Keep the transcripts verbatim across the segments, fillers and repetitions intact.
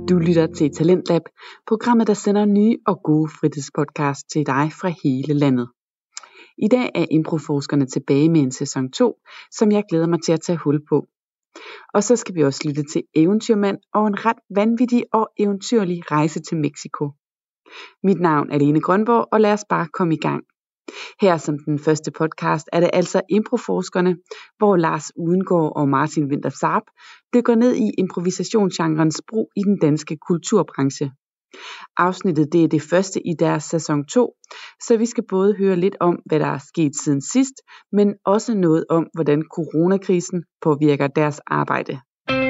Du lytter til Talentlab, programmet der sender nye og gode fritidspodcasts til dig fra hele landet. I dag er improforskerne tilbage med en sæson to, som jeg glæder mig til at tage hul på. Og så skal vi også lytte til Eventyrmand og en ret vanvittig og eventyrlig rejse til Mexico. Mit navn er Lene Grønborg, og lad os bare komme i gang. Her som den første podcast er det altså improforskerne, hvor Lars Udengård og Martin Winther Saab dykker ned i improvisationsgenrens brug i den danske kulturbranche. Afsnittet det er det første i deres sæson to, så vi skal både høre lidt om, hvad der er sket siden sidst, men også noget om, hvordan coronakrisen påvirker deres arbejde.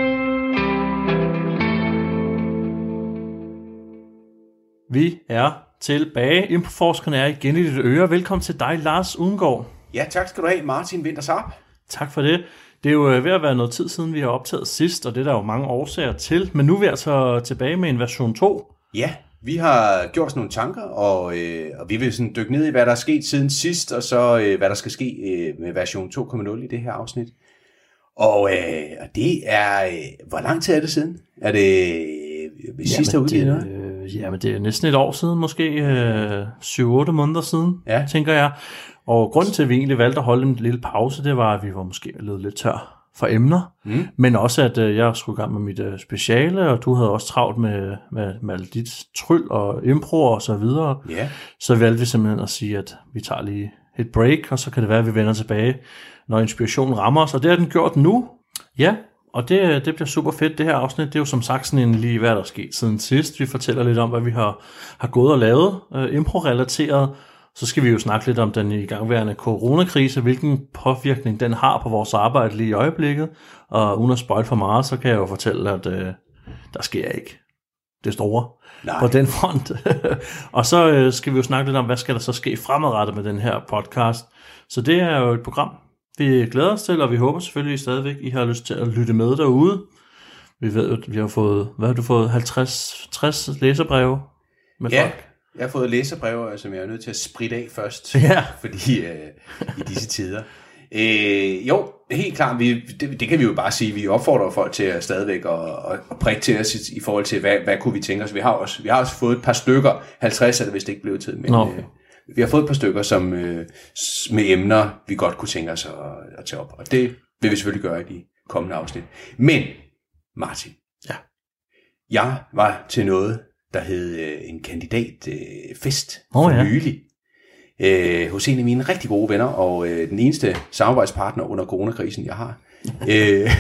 Vi er tilbage. Improforskerne er igen i dit øre. Velkommen til dig, Lars Udengård. Ja, tak skal du have, Martin Winther Saab. Tak for det. Det er jo ved at være noget tid siden, vi har optaget sidst, og det er der jo mange årsager til. Men nu er vi altså tilbage med en version to. Ja, vi har gjort os nogle tanker, og, øh, og vi vil sådan dykke ned i, hvad der er sket siden sidst, og så øh, hvad der skal ske øh, med version to punkt nul i det her afsnit. Og, øh, og det er... Øh, hvor lang tid er det siden? Er det øh, sidste udgivet? Øh, jamen, det er næsten et år siden, måske øh, syv otte måneder siden, ja. Tænker jeg. Og grunden til, at vi egentlig valgte at holde en lille pause, det var, at vi var måske lidt, lidt tør for emner, mm. men også, at øh, jeg skulle i gang med mit øh, speciale, og du havde også travlt med, med, med dit tryl og impro og så videre. Yeah. Så valgte vi simpelthen at sige, at vi tager lige et break, og så kan det være, at vi vender tilbage, når inspirationen rammer os, og det har den gjort nu. Ja, og det, det bliver super fedt, det her afsnit. Det er jo som sagt sådan en lige, hvad der er sket siden sidst. Vi fortæller lidt om, hvad vi har, har gået og lavet, øh, impro-relateret. Så skal vi jo snakke lidt om den igangværende coronakrise, hvilken påvirkning den har på vores arbejde lige i øjeblikket. Og uden at spoil for meget, så kan jeg jo fortælle, at øh, der sker ikke det store Nej. På den front. Og så øh, skal vi jo snakke lidt om, hvad skal der så ske fremadrettet med den her podcast. Så det er jo et program, vi glæder os til, og vi håber selvfølgelig stadigvæk, I har lyst til at lytte med derude. Vi ved jo, at vi har fået, hvad har du fået, halvtreds tres læserbreve med ja. folk? Jeg har fået læserbreve, som jeg er nødt til at spritte af først, ja. fordi øh, i disse tider. Øh, jo, helt klart, vi, det, det kan vi jo bare sige, vi opfordrer folk til at stadigvæk at, at, at prikke til os i, i forhold til, hvad, hvad kunne vi tænke os. Vi har også, vi har også fået et par stykker, halvtreds er det vist ikke blevet tid, men øh, vi har fået et par stykker som, øh, med emner, vi godt kunne tænke os at, at tage op, og det vil vi selvfølgelig gøre i de kommende afsnit. Men, Martin, ja. jeg var til noget, der hed øh, en kandidatfest øh, oh, for ja. nylig øh, hos en af mine rigtig gode venner, og øh, den eneste samarbejdspartner under coronakrisen, jeg har. øh,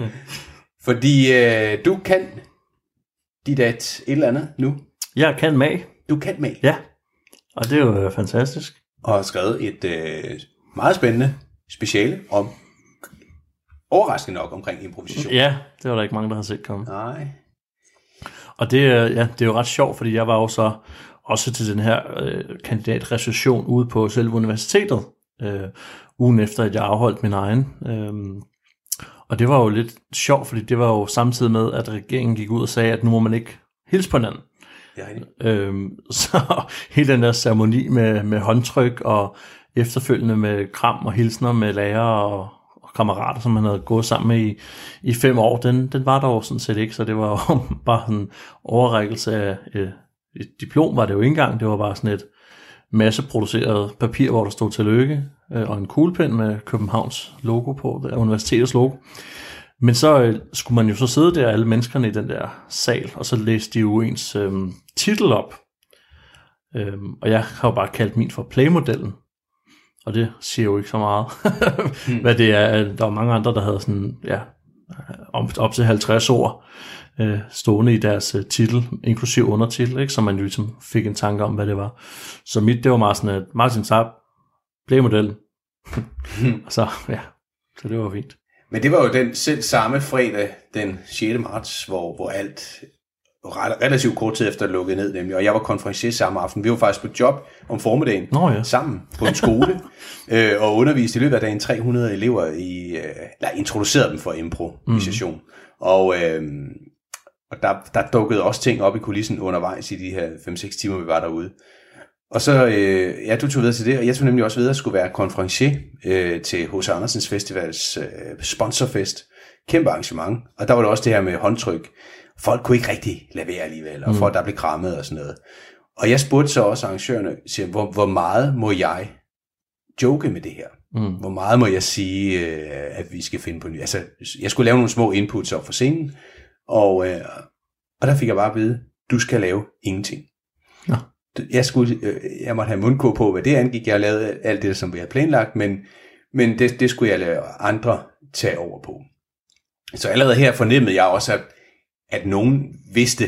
fordi øh, du kan dit at et eller andet nu. Jeg kan mag. Du kan mag. Ja, og det er jo øh, fantastisk. Og har skrevet et øh, meget spændende speciale om, overraskende nok, omkring improvisation. Ja, det var der ikke mange, der har set komme. Nej. Og det, ja, det er jo ret sjovt, fordi jeg var jo så også til den her øh, kandidatreception ude på selve universitetet, øh, ugen efter, at jeg afholdt min egen. Øh, og det var jo lidt sjovt, fordi det var jo samtidig med, at regeringen gik ud og sagde, at nu må man ikke hilse på hinanden. Ja, øh, så hele den der ceremoni med, med håndtryk og efterfølgende med kram og hilsner med lærere og kammerater, som han havde gået sammen med i, i fem år, den, den var der jo sådan set ikke, så det var jo bare en overrækkelse af øh, et diplom, var det jo ikke engang, det var bare sådan et masseproduceret papir, hvor der stod tillykke, øh, og en kuglepen med Københavns logo på, der universitetets logo. Men så øh, skulle man jo så sidde der, alle menneskerne i den der sal, og så læste de jo ens øh, titel op, øh, og jeg har jo bare kaldt min for Playmodellen. Og det siger jo ikke så meget, hmm. hvad det er. Der var mange andre, der havde sådan, ja, op til halvtreds ord øh, stående i deres øh, titel, inklusiv undertitel, ikke? Så man jo ligesom fik en tanke om, hvad det var. Så mit, det var meget sådan, at Martin Saab, Playmodellen. hmm. Og så, ja, så det var fint. Men det var jo den selv samme fredag, den sjette marts, hvor, hvor alt relativt kort tid efter lukket ned, nemlig. Og jeg var konferencier samme aften. Vi var faktisk på job om formiddagen Nå, ja. sammen på en skole øh, og underviste i løbet af dagen tre hundrede elever i, øh, eller introducerede dem for improvisation. Mm. Og, øh, og der, der dukkede også ting op i kulissen undervejs i de her fem seks timer, vi var derude. Og så, øh, ja, du tog videre til det, og jeg tog nemlig også videre at skulle være konferencier øh, til H C Andersens Festivals øh, sponsorfest. Kæmpe arrangement. Og der var det også det her med håndtryk. folk kunne ikke rigtig lade være alligevel, og mm. folk der blev krammet og sådan noget. Og jeg spurgte så også arrangørerne, siger, hvor, hvor meget må jeg joke med det her? Mm. Hvor meget må jeg sige, øh, at vi skal finde på ny? Altså, jeg skulle lave nogle små inputs op for scenen, og, øh, og der fik jeg bare at vide, du skal lave ingenting. Ja. Jeg, skulle, øh, jeg måtte have mundkur på, hvad det angik. Jeg lavede alt det, som vi havde planlagt, men, men det, det skulle jeg lade andre tage over på. Så allerede her fornemmede jeg også, at, at nogen vidste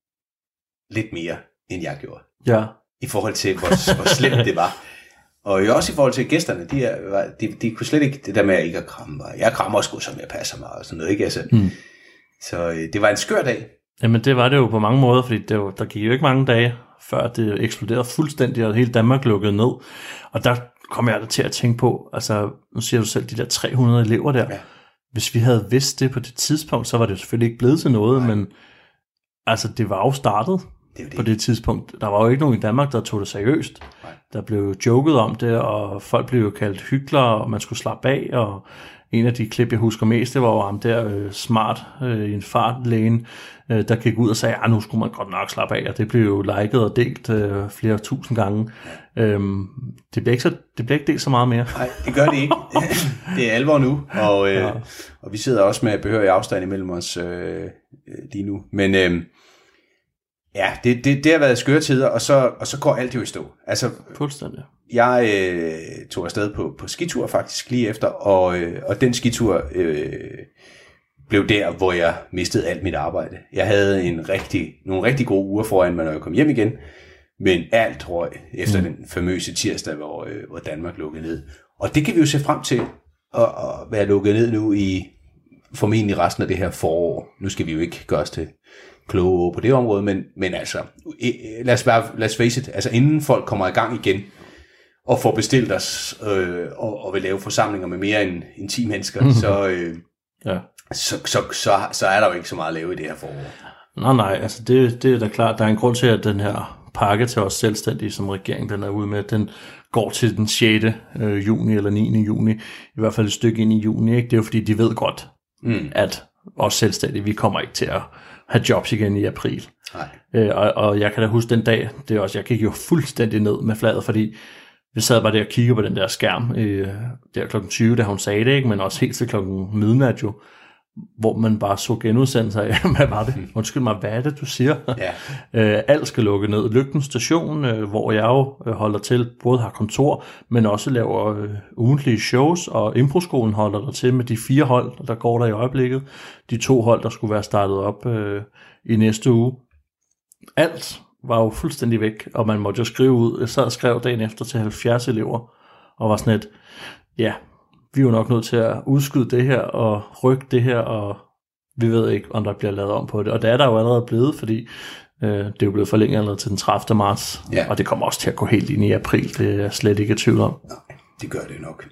lidt mere, end jeg gjorde. Ja. I forhold til, hvor, hvor slemt det var. Og jo også i forhold til gæsterne, de, er, de, de kunne slet ikke, det der med at ikke at kramme mig. Jeg krammer sgu, som jeg passer mig, og sådan noget, ikke? Altså, mm. Så øh, det var en skør dag. Jamen det var det jo på mange måder, fordi det var, der gik jo ikke mange dage, før det eksploderede fuldstændig, og hele Danmark lukkede ned. Og der kom jeg til at tænke på, altså nu siger du selv, de der tre hundrede elever der, ja. Hvis vi havde vidst det på det tidspunkt, så var det jo selvfølgelig ikke blevet til noget, Nej. Men altså det var jo startet det det. På det tidspunkt. Der var jo ikke nogen i Danmark, der tog det seriøst. Nej. Der blev joket om det, og folk blev jo kaldt hyklere, og man skulle slappe af, og en af de klip, jeg husker mest, det var jo ham der øh, smart øh, i en fartlægen, øh, der gik ud og sagde, at nu skulle man godt nok slappe af, og det blev jo liket og delt øh, flere tusind gange. Øhm, det, bliver ikke så, det bliver ikke delt så meget mere. Nej, det gør det ikke. Det er alvor nu, og, øh, ja. Og vi sidder også med behørig afstand imellem os øh, lige nu. Men øh, ja, det, det, det har været skøre tider, og så, og så går alt jo i stå. Altså, fuldstændig. Jeg øh, tog afsted på, på skitur faktisk lige efter, og, øh, og den skitur øh, blev der, hvor jeg mistede alt mit arbejde. Jeg havde en rigtig, nogle rigtig gode uger foran mig, når jeg kom hjem igen, men alt røg efter mm. den famøse tirsdag, hvor, øh, hvor Danmark lukkede ned. Og det kan vi jo se frem til at, at være lukket ned nu i formentlig resten af det her forår. Nu skal vi jo ikke gøre os til kloge på det område, men, men altså, lad os, bare, lad os face it, altså inden folk kommer i gang igen, og får bestilt os, øh, og, og vil lave forsamlinger med mere end, end ti mennesker, mm-hmm. så, øh, ja. så, så, så, så er der jo ikke så meget at lave i det her forår. Nej, nej, altså det, det er da klart, der er en grund til, at den her pakke til os selvstændige, som regeringen den er ude med, den går til den sjette Øh, juni eller niende juni, i hvert fald et stykke ind i juni, ikke? Det er jo fordi, de ved godt, mm. at os selvstændige, vi kommer ikke til at have jobs igen i april. Nej. Øh, og, og jeg kan da huske den dag, det er også, jeg gik jo fuldstændig ned med fladet, fordi vi sad bare der og kiggede på den der skærm, øh, der klokken tyve, da hun sagde det, ikke? Men også helt til klokken midnat jo, hvor man bare så genudsendelser af, hvad var det? Undskyld mig, hvad er det, du siger? Ja. øh, alt skal lukke ned. Lygten station, øh, hvor jeg jo øh, holder til, både har kontor, men også laver øh, ugentlige shows, og Improskolen holder der til med de fire hold, der går der i øjeblikket. De to hold, der skulle være startet op øh, i næste uge. Alt var jo fuldstændig væk, og man måtte jo skrive ud. Jeg sad og skrev dagen efter til halvfjerds elever, og var sådan et, ja, vi er jo nok nødt til at udskyde det her, og rykke det her, og vi ved ikke, om der bliver lavet om på det. Og det er der jo allerede blevet, fordi øh, det er jo blevet forlænget allerede til den tredivte marts, ja. Og det kommer også til at gå helt ind i april, det er jeg slet ikke i tvivl om. Nej, det gør det nok.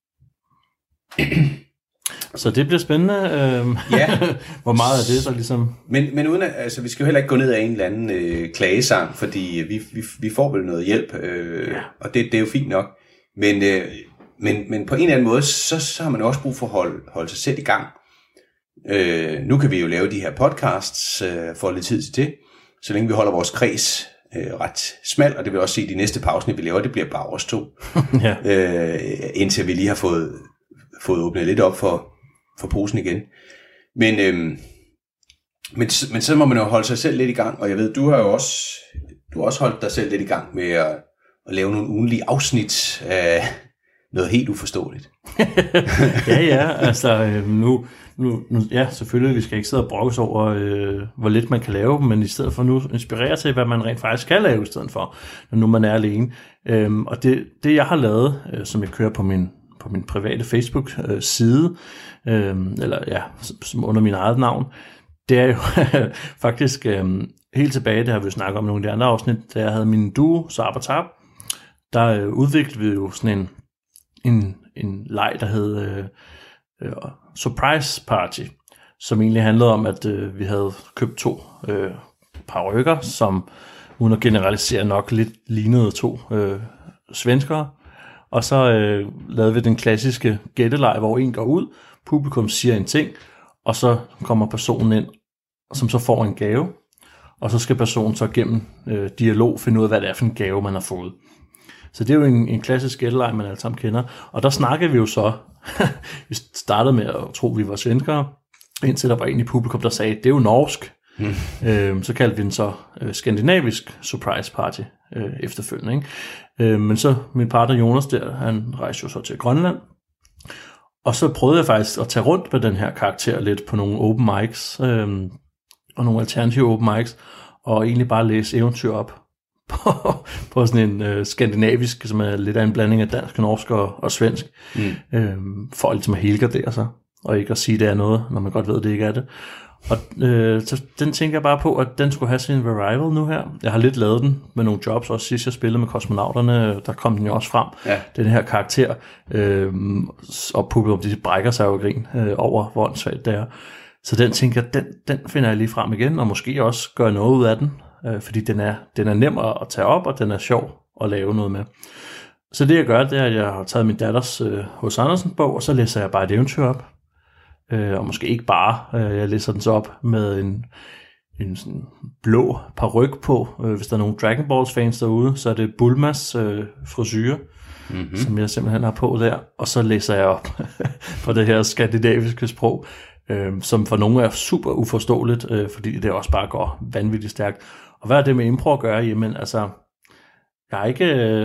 Så det bliver spændende. Øh, ja. Hvor meget er det så ligesom? Men, men uden at, altså, vi skal jo heller ikke gå ned af en eller anden øh, klagesang, fordi vi, vi, vi får vel noget hjælp, øh, ja. Og det, det er jo fint nok. Men, øh, men, men på en eller anden måde, så, så har man også brug for at holde, holde sig selv i gang. Øh, nu kan vi jo lave de her podcasts øh, for lidt tid til det, så længe vi holder vores kreds øh, ret smal, og det vil også sige, at de næste pauser, vi laver, det bliver bare os to. Ja. øh, indtil vi lige har fået, fået åbnet lidt op for for posen igen. Men, øhm, men, men så må man jo holde sig selv lidt i gang, og jeg ved, du har jo også, du har også holdt dig selv lidt i gang med at, at lave nogle ugenlige afsnit af noget helt uforståeligt. ja, ja, altså øh, nu, nu, nu, ja, selvfølgelig, vi skal ikke sidde og brokkes over, øh, hvor lidt man kan lave, men i stedet for nu inspirere til, hvad man rent faktisk kan lave i stedet for, når nu man er alene. Øhm, og det, det, jeg har lavet, øh, som jeg kører på min på min private Facebook-side, øh, eller ja, som under min eget navn, det er jo faktisk øh, helt tilbage, det har vi jo snakket om i nogle af de andre afsnit, da jeg havde min duo, Sabatab, der øh, udviklede vi jo sådan en, en, en leg, der hed øh, øh, Surprise Party, som egentlig handlede om, at øh, vi havde købt to øh, parykker, som uden at generalisere nok lidt lignede to øh, svenskere. Og så øh, lavede vi den klassiske gætteleg, hvor en går ud, publikum siger en ting, og så kommer personen ind som så får en gave, og så skal personen så gennem øh, dialog finde ud af, hvad det er for en gave, man har fået. Så det er jo en, en klassisk gætteleg, man alle sammen kender. Og der snakkede vi jo så, vi startede med at tro, at vi var svenskere, indtil der var en i publikum, der sagde, det er jo norsk. Mm. Øh, så kaldte vi den så øh, skandinavisk surprise party øh, efterfølgende. Ikke? Øh, men så min partner Jonas der, han rejste jo så til Grønland, og så prøvede jeg faktisk at tage rundt på den her karakter lidt på nogle open mics, øh, og nogle alternative open mics, og egentlig bare læse eventyr op på, på sådan en øh, skandinavisk, som er lidt af en blanding af dansk, norsk og, og svensk, mm. øh, for ligesom at helgardere sig, og ikke at sige, det er noget, når man godt ved, at det ikke er det. Og øh, så den tænker jeg bare på, at den skulle have sin revival nu her. Jeg har lidt lavet den med nogle jobs, også sidst jeg spillede med Kosmonauterne, der kom den jo også frem, ja. Den her karakter, øh, og publikum, de brækker sig jo grin øh, over, hvor åndssvagt det er. Så den tænker jeg, den, den finder jeg lige frem igen, og måske også gør noget ud af den, øh, fordi den er, den er nem at tage op, og den er sjov at lave noget med. Så det jeg gør, det er, at jeg har taget min datters øh, H C Andersen bog, og så læser jeg bare et eventyr op. Øh, og måske ikke bare, øh, jeg læser den så op med en, en sådan blå paryk på. Øh, hvis der er nogle Dragon Balls fans derude, så er det Bulmas øh, frisyre, mm-hmm. som jeg simpelthen har på der. Og så læser jeg op på det her skandinaviske sprog, øh, som for nogle er super uforståeligt, øh, fordi det også bare går vanvittigt stærkt. Og hvad er det med impro at gøre? Jamen altså, jeg har ikke øh,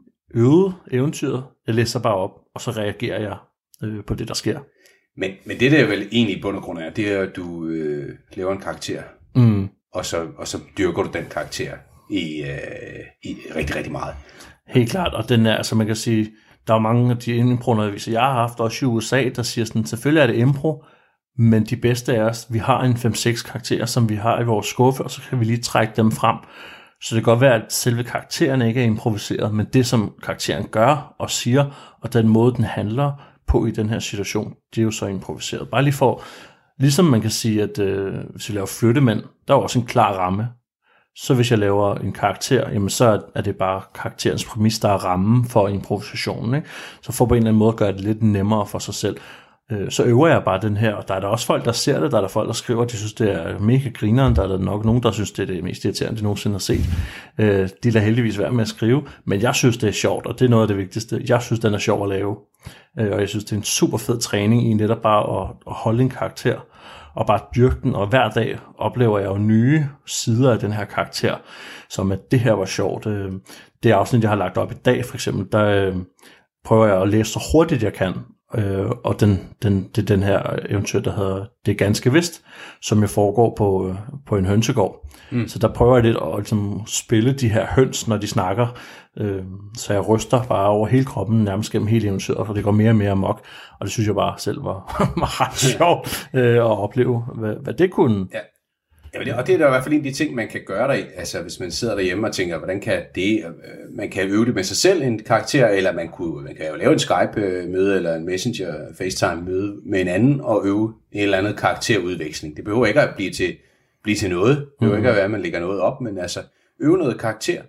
øvet eventyret. Jeg læser bare op, og så reagerer jeg øh, på det, der sker. Men, men det der vel egentlig i bund og grund er, det er, at du øh, laver en karakter, mm. og, så, og så dyrker du den karakter i, øh, i rigtig, rigtig meget. Helt klart, og den er, altså man kan sige, der er mange af de impro-underviser, jeg har haft, også i U S A, der siger sådan, selvfølgelig er det impro, men de bedste af os, vi har en fem seks karakterer, som vi har i vores skuffe, og så kan vi lige trække dem frem. Så det kan godt være, at selve karakteren ikke er improviseret, men det, som karakteren gør og siger, og den måde, den handler på i den her situation, det er jo så improviseret. Bare lige for, ligesom man kan sige, at øh, hvis vi laver flyttemænd, der er også en klar ramme. Så hvis jeg laver en karakter, jamen så er det bare karakterens præmis, der er rammen for improvisationen. Ikke? Så for på en eller anden måde at gøre det lidt nemmere for sig selv. Øh, så øver jeg bare den her, og der er der også folk, der ser det, der er der folk, der skriver, de synes, det er mega grineren, der er der nok nogen, der synes, det er det mest irriterende, de nogensinde har set. Øh, de lader heldigvis være med at skrive, men jeg synes, det er sjovt, og det er noget af det vigtigste. Jeg synes, den er sjov at lave, øh, og jeg synes, det er en super fed træning i netop bare at, at holde en karakter, og bare dyrke den, og hver dag oplever jeg jo nye sider af den her karakter, som at det her var sjovt. Øh, det afsnit, jeg har lagt op i dag, for eksempel, der øh, prøver jeg at læse så hurtigt jeg kan, Øh, og den, den, det er den her eventyr, der hedder Det er ganske vist, som jeg foregår på, øh, på en hønsegård. Mm. Så der prøver jeg lidt at ligesom, spille de her høns, når de snakker, øh, så jeg ryster bare over hele kroppen, nærmest gennem hele eventyret, og det går mere og mere amok, og det synes jeg bare selv var, var ret sjovt øh, at opleve, hvad, hvad det kunne. Ja. Ja, og det er da i hvert fald en af de ting, man kan gøre der i. Altså, hvis man sidder derhjemme og tænker, hvordan kan det... Man kan øve det med sig selv, en karakter, eller man, kunne, man kan jo lave en Skype-møde, eller en Messenger, FaceTime-møde med en anden, og øve en eller anden karakterudveksling. Det behøver ikke at blive til, blive til noget. Det behøver mm-hmm. ikke at være, at man lægger noget op, men altså, øve noget karakter.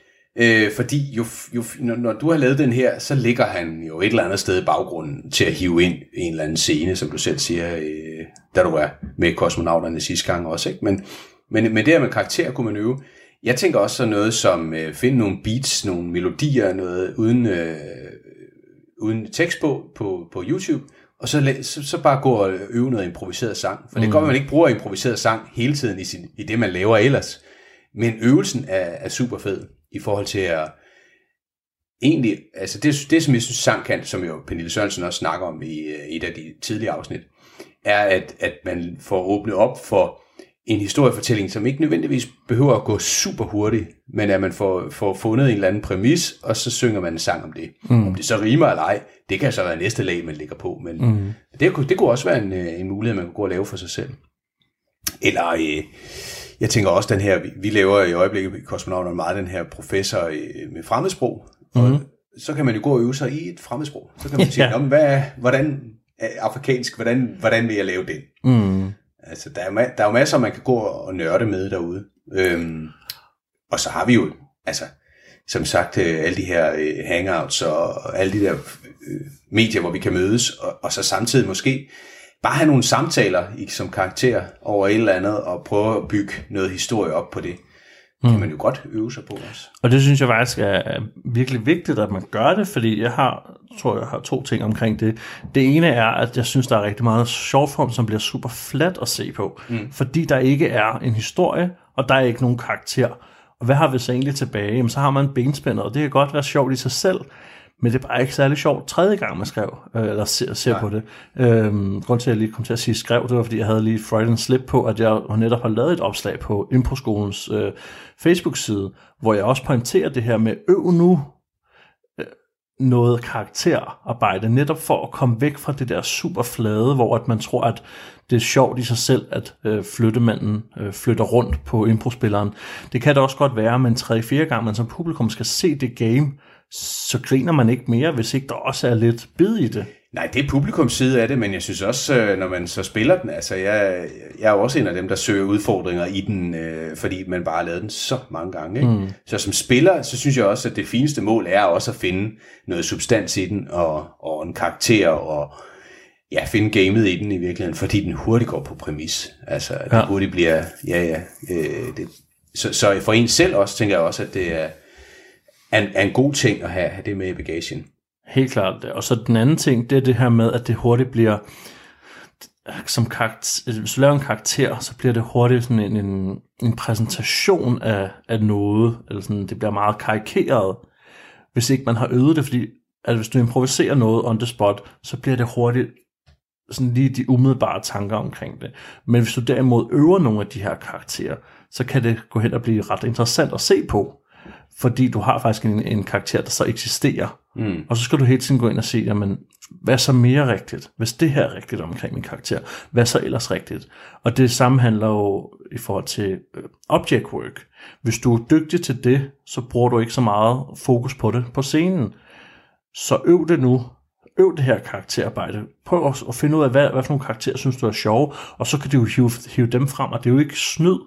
Øh, fordi jo, jo, når, når du har lavet den her, så ligger han jo et eller andet sted i baggrunden til at hive ind i en eller anden scene, som du selv siger, øh, da du var med Kosmonauterne sidste gang også. Ikke? Men, men, men det her med karakter kunne man øve. Jeg tænker også sådan noget som øh, finde nogle beats, nogle melodier, noget uden, øh, uden tekst på, på på YouTube, og så, så, så bare gå og øve noget improviseret sang. For mm. det går, at man ikke bruger improviseret sang hele tiden i, sin, i det, man laver ellers. Men øvelsen er, er super fed i forhold til at egentlig, altså det, det som jeg synes sang kan, som jo Pernille Sørensen også snakker om i et af de tidlige afsnit, er at, at man får åbnet op for en historiefortælling, som ikke nødvendigvis behøver at gå super hurtigt, men at man får, får fundet en eller anden præmis, og så synger man en sang om det. Mm. Om det så rimer eller ej, det kan så være næste lag, man lægger på, men mm. det, det kunne også være en, en mulighed, man kunne gå og lave for sig selv. Eller... Øh, Jeg tænker også den her, vi, vi laver i øjeblikket i Kosmonauterne meget den her professor med fremmedsprog, mm-hmm. og så kan man jo gå og øve sig i et fremmedsprog. Så kan man sige, ja. hvad, hvordan afrikansk, hvordan, hvordan vil jeg lave det? Mm. Altså, der er, der er jo masser, man kan gå og nørde med derude. Øhm, og så har vi jo, altså, som sagt, alle de her øh, hangouts og, og alle de der øh, medier, hvor vi kan mødes, og, og så samtidig måske bare have nogle samtaler i, som karakter over et eller andet, og prøve at bygge noget historie op på det. Det kan man jo godt øve sig på også. Og det synes jeg faktisk er virkelig vigtigt, at man gør det, fordi jeg har, tror jeg har to ting omkring det. Det ene er, at jeg synes, der er rigtig meget shortform, som bliver super flat at se på, mm. fordi der ikke er en historie, og der er ikke nogen karakter. Og hvad har vi så egentlig tilbage? Jamen, så har man benspændet, og det kan godt være sjovt i sig selv, men det er bare ikke særlig sjovt tredje gang, man skrev, øh, eller ser, ser på det. Øhm, grund til, at jeg lige kom til at sige skrev, det var, fordi jeg havde lige Freudian slip på, at jeg netop har lavet et opslag på Improskolens øh, Facebook-side, hvor jeg også pointerer det her med, øv nu øh, noget karakterarbejde, netop for at komme væk fra det der super flade, hvor at man tror, at det er sjovt i sig selv, at øh, flyttemanden øh, flytter rundt på improspilleren. Det kan da også godt være, men tredje-fjerde gang man som publikum skal se det game, så griner man ikke mere, hvis ikke der også er lidt bid i det. Nej, det er publikums side af det, men jeg synes også, når man så spiller den, altså jeg, jeg er også en af dem, der søger udfordringer i den, øh, fordi man bare har lavet den så mange gange. Ikke? Mm. Så som spiller, så synes jeg også, at det fineste mål er også at finde noget substans i den, og, og en karakter, og ja, finde gamet i den i virkeligheden, fordi den hurtigt går på præmis. Altså, ja. Det hurtigt bliver, ja ja. Øh, det, så, så for en selv også, tænker jeg også, at det er En, er en god ting at have, have det med i bagagen. Helt klart. Og så den anden ting, det er det her med, at det hurtigt bliver, som karakter, hvis du laver en karakter, så bliver det hurtigt sådan en, en, en præsentation af, af noget, eller sådan, det bliver meget karikeret, hvis ikke man har øvet det, fordi at hvis du improviserer noget on the spot, så bliver det hurtigt sådan lige de umiddelbare tanker omkring det. Men hvis du derimod øver nogle af de her karakterer, så kan det gå hen og blive ret interessant at se på, fordi du har faktisk en, en karakter, der så eksisterer. Mm. Og så skal du hele tiden gå ind og se, jamen, hvad er så mere rigtigt? Hvis det her er rigtigt omkring min karakter, hvad er så ellers rigtigt? Og det samme handler jo i forhold til object work. Hvis du er dygtig til det, så bruger du ikke så meget fokus på det på scenen. Så øv det nu. Øv det her karakterarbejde. Prøv også at finde ud af, hvad, hvad for nogle karakterer synes du er sjove, og så kan du hive, hive dem frem, og det er jo ikke snyd.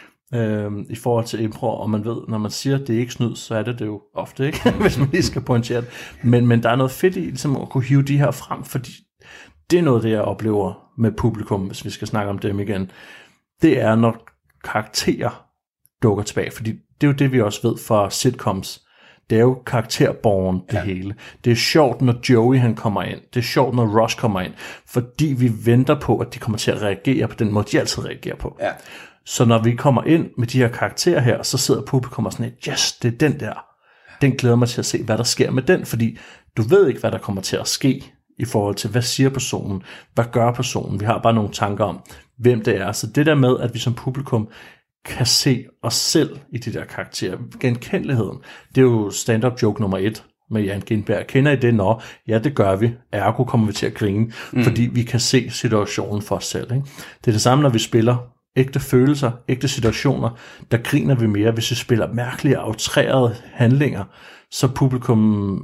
Øhm, i forhold til impro, og man ved, når man siger, at det er ikke snyd, så er det det jo ofte, ikke? Hvis man lige skal pointere det. Men, men der er noget fedt i ligesom at kunne hive de her frem, fordi det er noget, det jeg oplever med publikum, hvis vi skal snakke om dem igen. Det er, når karakterer dukker tilbage, fordi det er jo det, vi også ved fra sitcoms. Det er jo karakterborgen, det ja. hele. Det er sjovt, når Joey han kommer ind. Det er sjovt, når Ross kommer ind, fordi vi venter på, at de kommer til at reagere på den måde, de altid reagerer på. Ja. Så når vi kommer ind med de her karakterer her, så sidder publikum og sådan et, yes, det er den der. Den glæder mig til at se, hvad der sker med den, fordi du ved ikke, hvad der kommer til at ske i forhold til, hvad siger personen, hvad gør personen. Vi har bare nogle tanker om, hvem det er. Så det der med, at vi som publikum kan se os selv i de der karakterer, genkendeligheden, det er jo stand-up joke nummer et med Jan Gindberg. Kender I det? Nå, ja, det gør vi. Ergo kommer vi til at grine, mm. fordi vi kan se situationen for os selv. Ikke? Det er det samme, når vi spiller ægte følelser, ægte situationer, der griner vi mere, hvis vi spiller mærkelige, outrerede handlinger, så publikum,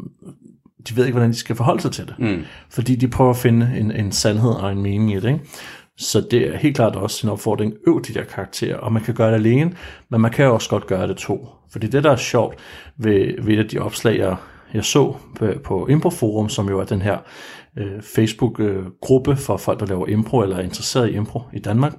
de ved ikke, hvordan de skal forholde sig til det. Mm. Fordi de prøver at finde en, en sandhed og en mening i det. Ikke? Så det er helt klart også en opfordring, øv de der karakterer, og man kan gøre det alene, men man kan også godt gøre det to. Fordi det, der er sjovt ved, ved de opslag, jeg, jeg så på, på Improforum, som jo er den her øh, Facebook-gruppe for folk, der laver impro, eller er interesseret i impro i Danmark,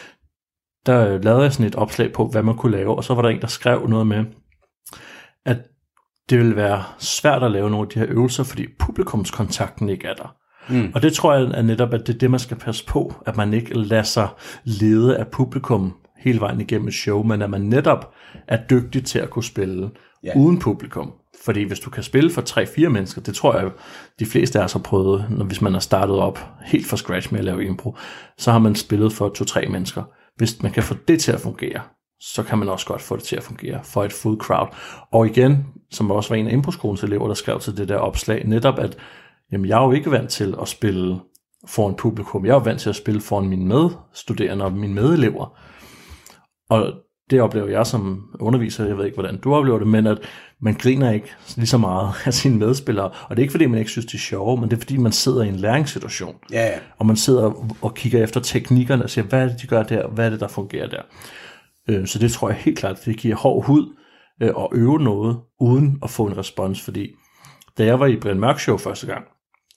der lavede jeg sådan et opslag på, hvad man kunne lave, og så var der en, der skrev noget med, at det ville være svært at lave nogle af de her øvelser, fordi publikumskontakten ikke er der. Mm. Og det tror jeg er netop, at det er det, man skal passe på, at man ikke lader sig lede af publikum hele vejen igennem et show, men at man netop er dygtig til at kunne spille yeah. uden publikum. Fordi hvis du kan spille for tre-fire mennesker, det tror jeg, de fleste af os har prøvet, når, hvis man har startet op helt fra scratch med at lave impro, så har man spillet for to-tre mennesker. Hvis man kan få det til at fungere, så kan man også godt få det til at fungere for et full crowd. Og igen, som også var en af Improskolens elever, der skrev til det der opslag, netop at jamen, jeg er jo ikke vant til at spille foran publikum. Jeg er jo vant til at spille foran mine medstuderende og mine medelever. Og det oplever jeg som underviser, jeg ved ikke, hvordan du oplever det, men at man griner ikke lige så meget af sine medspillere. Og det er ikke, fordi man ikke synes, det er sjovt, men det er, fordi man sidder i en læringssituation. Ja, ja. Og man sidder og kigger efter teknikkerne og siger, hvad er det, de gør der? Hvad er det, der fungerer der? Så det tror jeg helt klart, det giver hård hud at øve noget, uden at få en respons. Fordi da jeg var i Brian Mørk Show første gang,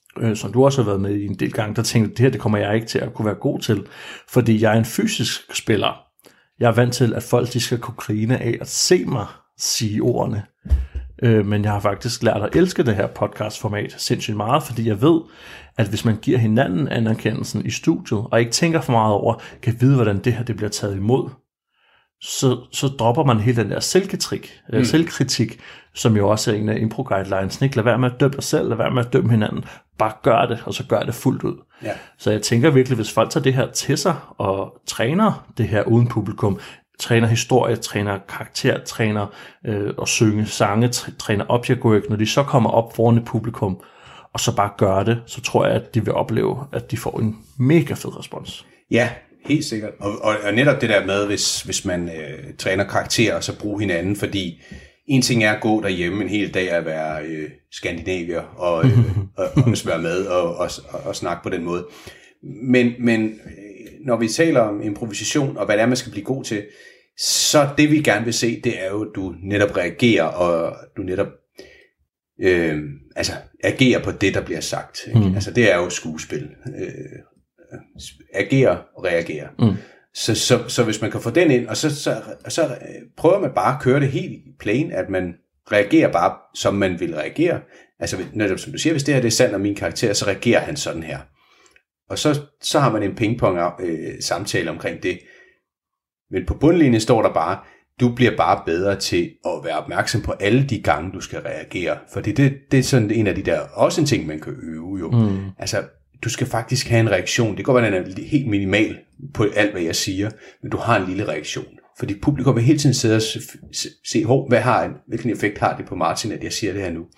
øh, som du også har været med i en del gange, der tænkte, det her det kommer jeg ikke til at kunne være god til, fordi jeg er en fysisk spiller. Jeg er vant til, at folk de skal kunne grine af at se mig sige ordene. Øh, men jeg har faktisk lært at elske det her podcastformat sindssygt meget, fordi jeg ved, at hvis man giver hinanden anerkendelsen i studiet, og ikke tænker for meget over, kan vide, hvordan det her det bliver taget imod, så, så dropper man hele den der selvkritik, mm. selvkritik, som jo også er en af impro-guidelines. Ikke? Lad være med at dømme dig selv, lad være med at dømme hinanden. Bare gør det, og så gør det fuldt ud. Ja. Så jeg tænker virkelig, hvis folk tager det her til sig, og træner det her uden publikum, træner historie, træner karakter, træner øh, at synge sange, træner object work, når de så kommer op foran et publikum, og så bare gør det, så tror jeg, at de vil opleve, at de får en mega fed respons. Ja, helt sikkert. Og, og, og netop det der med, hvis, hvis man øh, træner karakterer, og så bruge hinanden, fordi en ting er at gå derhjemme en hel dag at være øh, skandinavier, og, øh, og, og være med og, og, og, og snakke på den måde. Men, men når vi taler om improvisation, og hvad det er, man skal blive god til, så det vi gerne vil se, det er jo, at du netop reagerer, og du netop øh, altså, agerer på det, der bliver sagt. Mm. Altså det er jo skuespil. Øh, agerer og reagerer. Mm. Så, så, så hvis man kan få den ind, og så, så, så prøver man bare at køre det helt plain, at man reagerer bare, som man vil reagere. Altså netop som du siger, hvis det her det er sandt om min karakter, så reagerer han sådan her. Og så, så har man en pingpong øh, samtale omkring det. Men på bundlinjen står der bare, du bliver bare bedre til at være opmærksom på alle de gange, du skal reagere. Fordi det, det er sådan en af de der, også en ting, man kan øve jo. Mm. Altså, du skal faktisk have en reaktion. Det kan godt være, at den er helt minimal på alt, hvad jeg siger, men du har en lille reaktion. Fordi publikum vil hele tiden sidde og se, se hov, hvad har en, hvilken effekt har det på Martin, at jeg siger det her nu.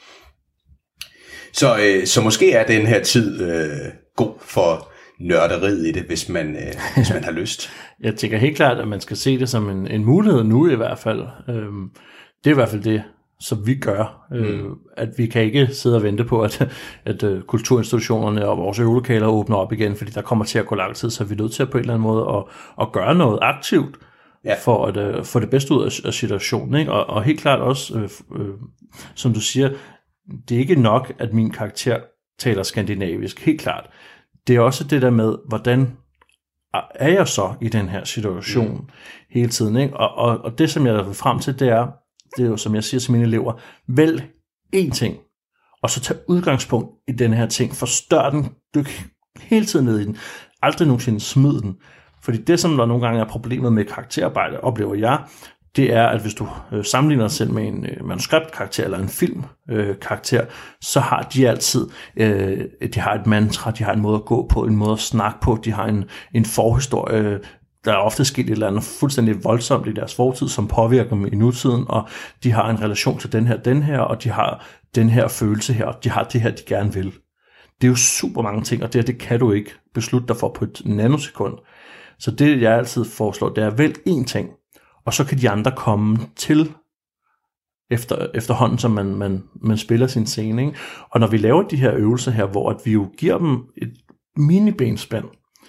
Så, øh, så måske er den her tid øh, god for nørderiet i det, hvis man, øh, hvis man har lyst. Jeg tænker helt klart, at man skal se det som en, en mulighed nu i hvert fald. Øhm, det er i hvert fald det, som vi gør. Mm. Øh, at vi kan ikke sidde og vente på, at, at uh, kulturinstitutionerne og vores øvelokaler åbner op igen, fordi der kommer til at gå lang tid, så vi er nødt til at på en eller anden måde at, at gøre noget aktivt, ja. for at uh, få det bedste ud af, af situationen. Ikke? Og, og helt klart også, øh, øh, som du siger, det er ikke nok, at min karakter taler skandinavisk. Helt klart. Det er også det der med, hvordan er jeg så i den her situation mm. hele tiden. Ikke? Og, og, og det, som jeg vil frem til, det er, det er jo, som jeg siger til mine elever, vælg én ting, og så tag udgangspunkt i den her ting, forstør den, dyk hele tiden ned i den, aldrig nogensinde smid den. Fordi det, som der nogle gange er problemet med karakterarbejde, oplever jeg, det er, at hvis du øh, sammenligner dig selv med en øh, manuskriptkarakter eller en filmkarakter, øh, så har de altid, øh, de har et mantra, de har en måde at gå på, en måde at snakke på, de har en, en forhistorie, der er ofte sket et eller andet fuldstændig voldsomt i deres fortid, som påvirker dem i nutiden, og de har en relation til den her, den her, og de har den her følelse her, og de har det her, de gerne vil. Det er jo super mange ting, og det her, det kan du ikke beslutte dig for på et nanosekund. Så det, jeg altid foreslår, det er vælg én ting, og så kan de andre komme til efter, efterhånden, som man, man, man spiller sin scene. Ikke? Og når vi laver de her øvelser her, hvor at vi jo giver dem et mini-benspænd,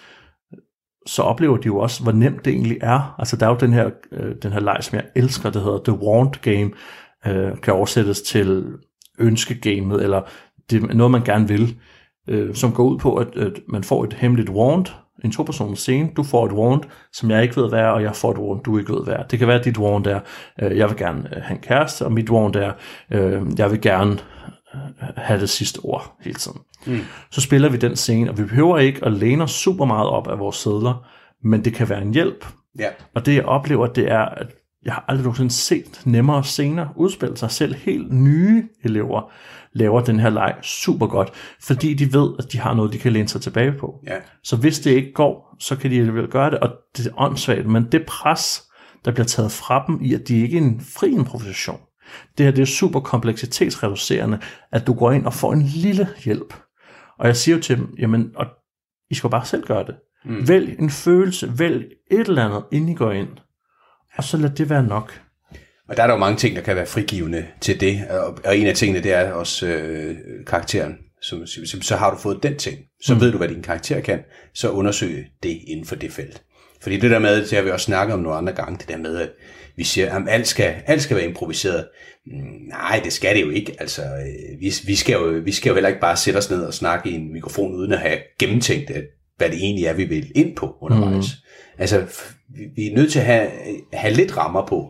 så oplever de jo også, hvor nemt det egentlig er. Altså der er jo den her, øh, den her leg, som jeg elsker, der hedder The Want Game, øh, kan oversættes til ønskegamet, eller det er noget, man gerne vil, øh, som går ud på, at, at man får et hemmeligt want, en to-personers scene. Du får et want, som jeg ikke ved hvad er, og jeg får et want, du ikke ved hvad er. Det kan være, at dit want er, øh, jeg vil gerne have en kæreste, og mit want er, øh, jeg vil gerne have det sidste ord hele tiden. Mm. Så spiller vi den scene, og vi behøver ikke at læne os super meget op af vores sedler, men det kan være en hjælp. Yeah. Og det jeg oplever, det er, at jeg har aldrig nogensinde set nemmere scener udspille sig. Selv helt nye elever laver den her leg super godt, fordi de ved, at de har noget, de kan læne sig tilbage på. Yeah. Så hvis det ikke går, så kan de alligevel gøre det, og det er åndssvagt, men det pres, der bliver taget fra dem i, at de ikke er en fri improvisation. Det her, det er super kompleksitetsreducerende, at du går ind og får en lille hjælp. Og jeg siger jo til dem, jamen, og I skal bare selv gøre det. Mm. Vælg en følelse, vælg et eller andet, inden I går ind. Og så lad det være nok. Og der er der jo mange ting, der kan være frigivende til det. Og en af tingene, det er også øh, karakteren. Så, så, så har du fået den ting. Så mm. ved du, hvad din karakter kan. Så undersøg det inden for det felt. Fordi det der med, det har vi også snakket om nogle andre gange, det der med, at vi siger, at alt skal, alt skal være improviseret. Nej, det skal det jo ikke. Altså, vi, vi, skal jo, vi skal jo heller ikke bare sætte os ned og snakke i en mikrofon, uden at have gennemtænkt, at, hvad det egentlig er, vi vil ind på undervejs. Mm. Altså, vi er nødt til at have, have lidt rammer på,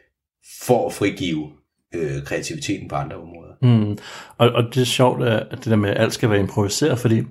for at frigive øh, kreativiteten på andre områder. Mm. Og, og det er sjovt, at det der med, at alt skal være improviseret, fordi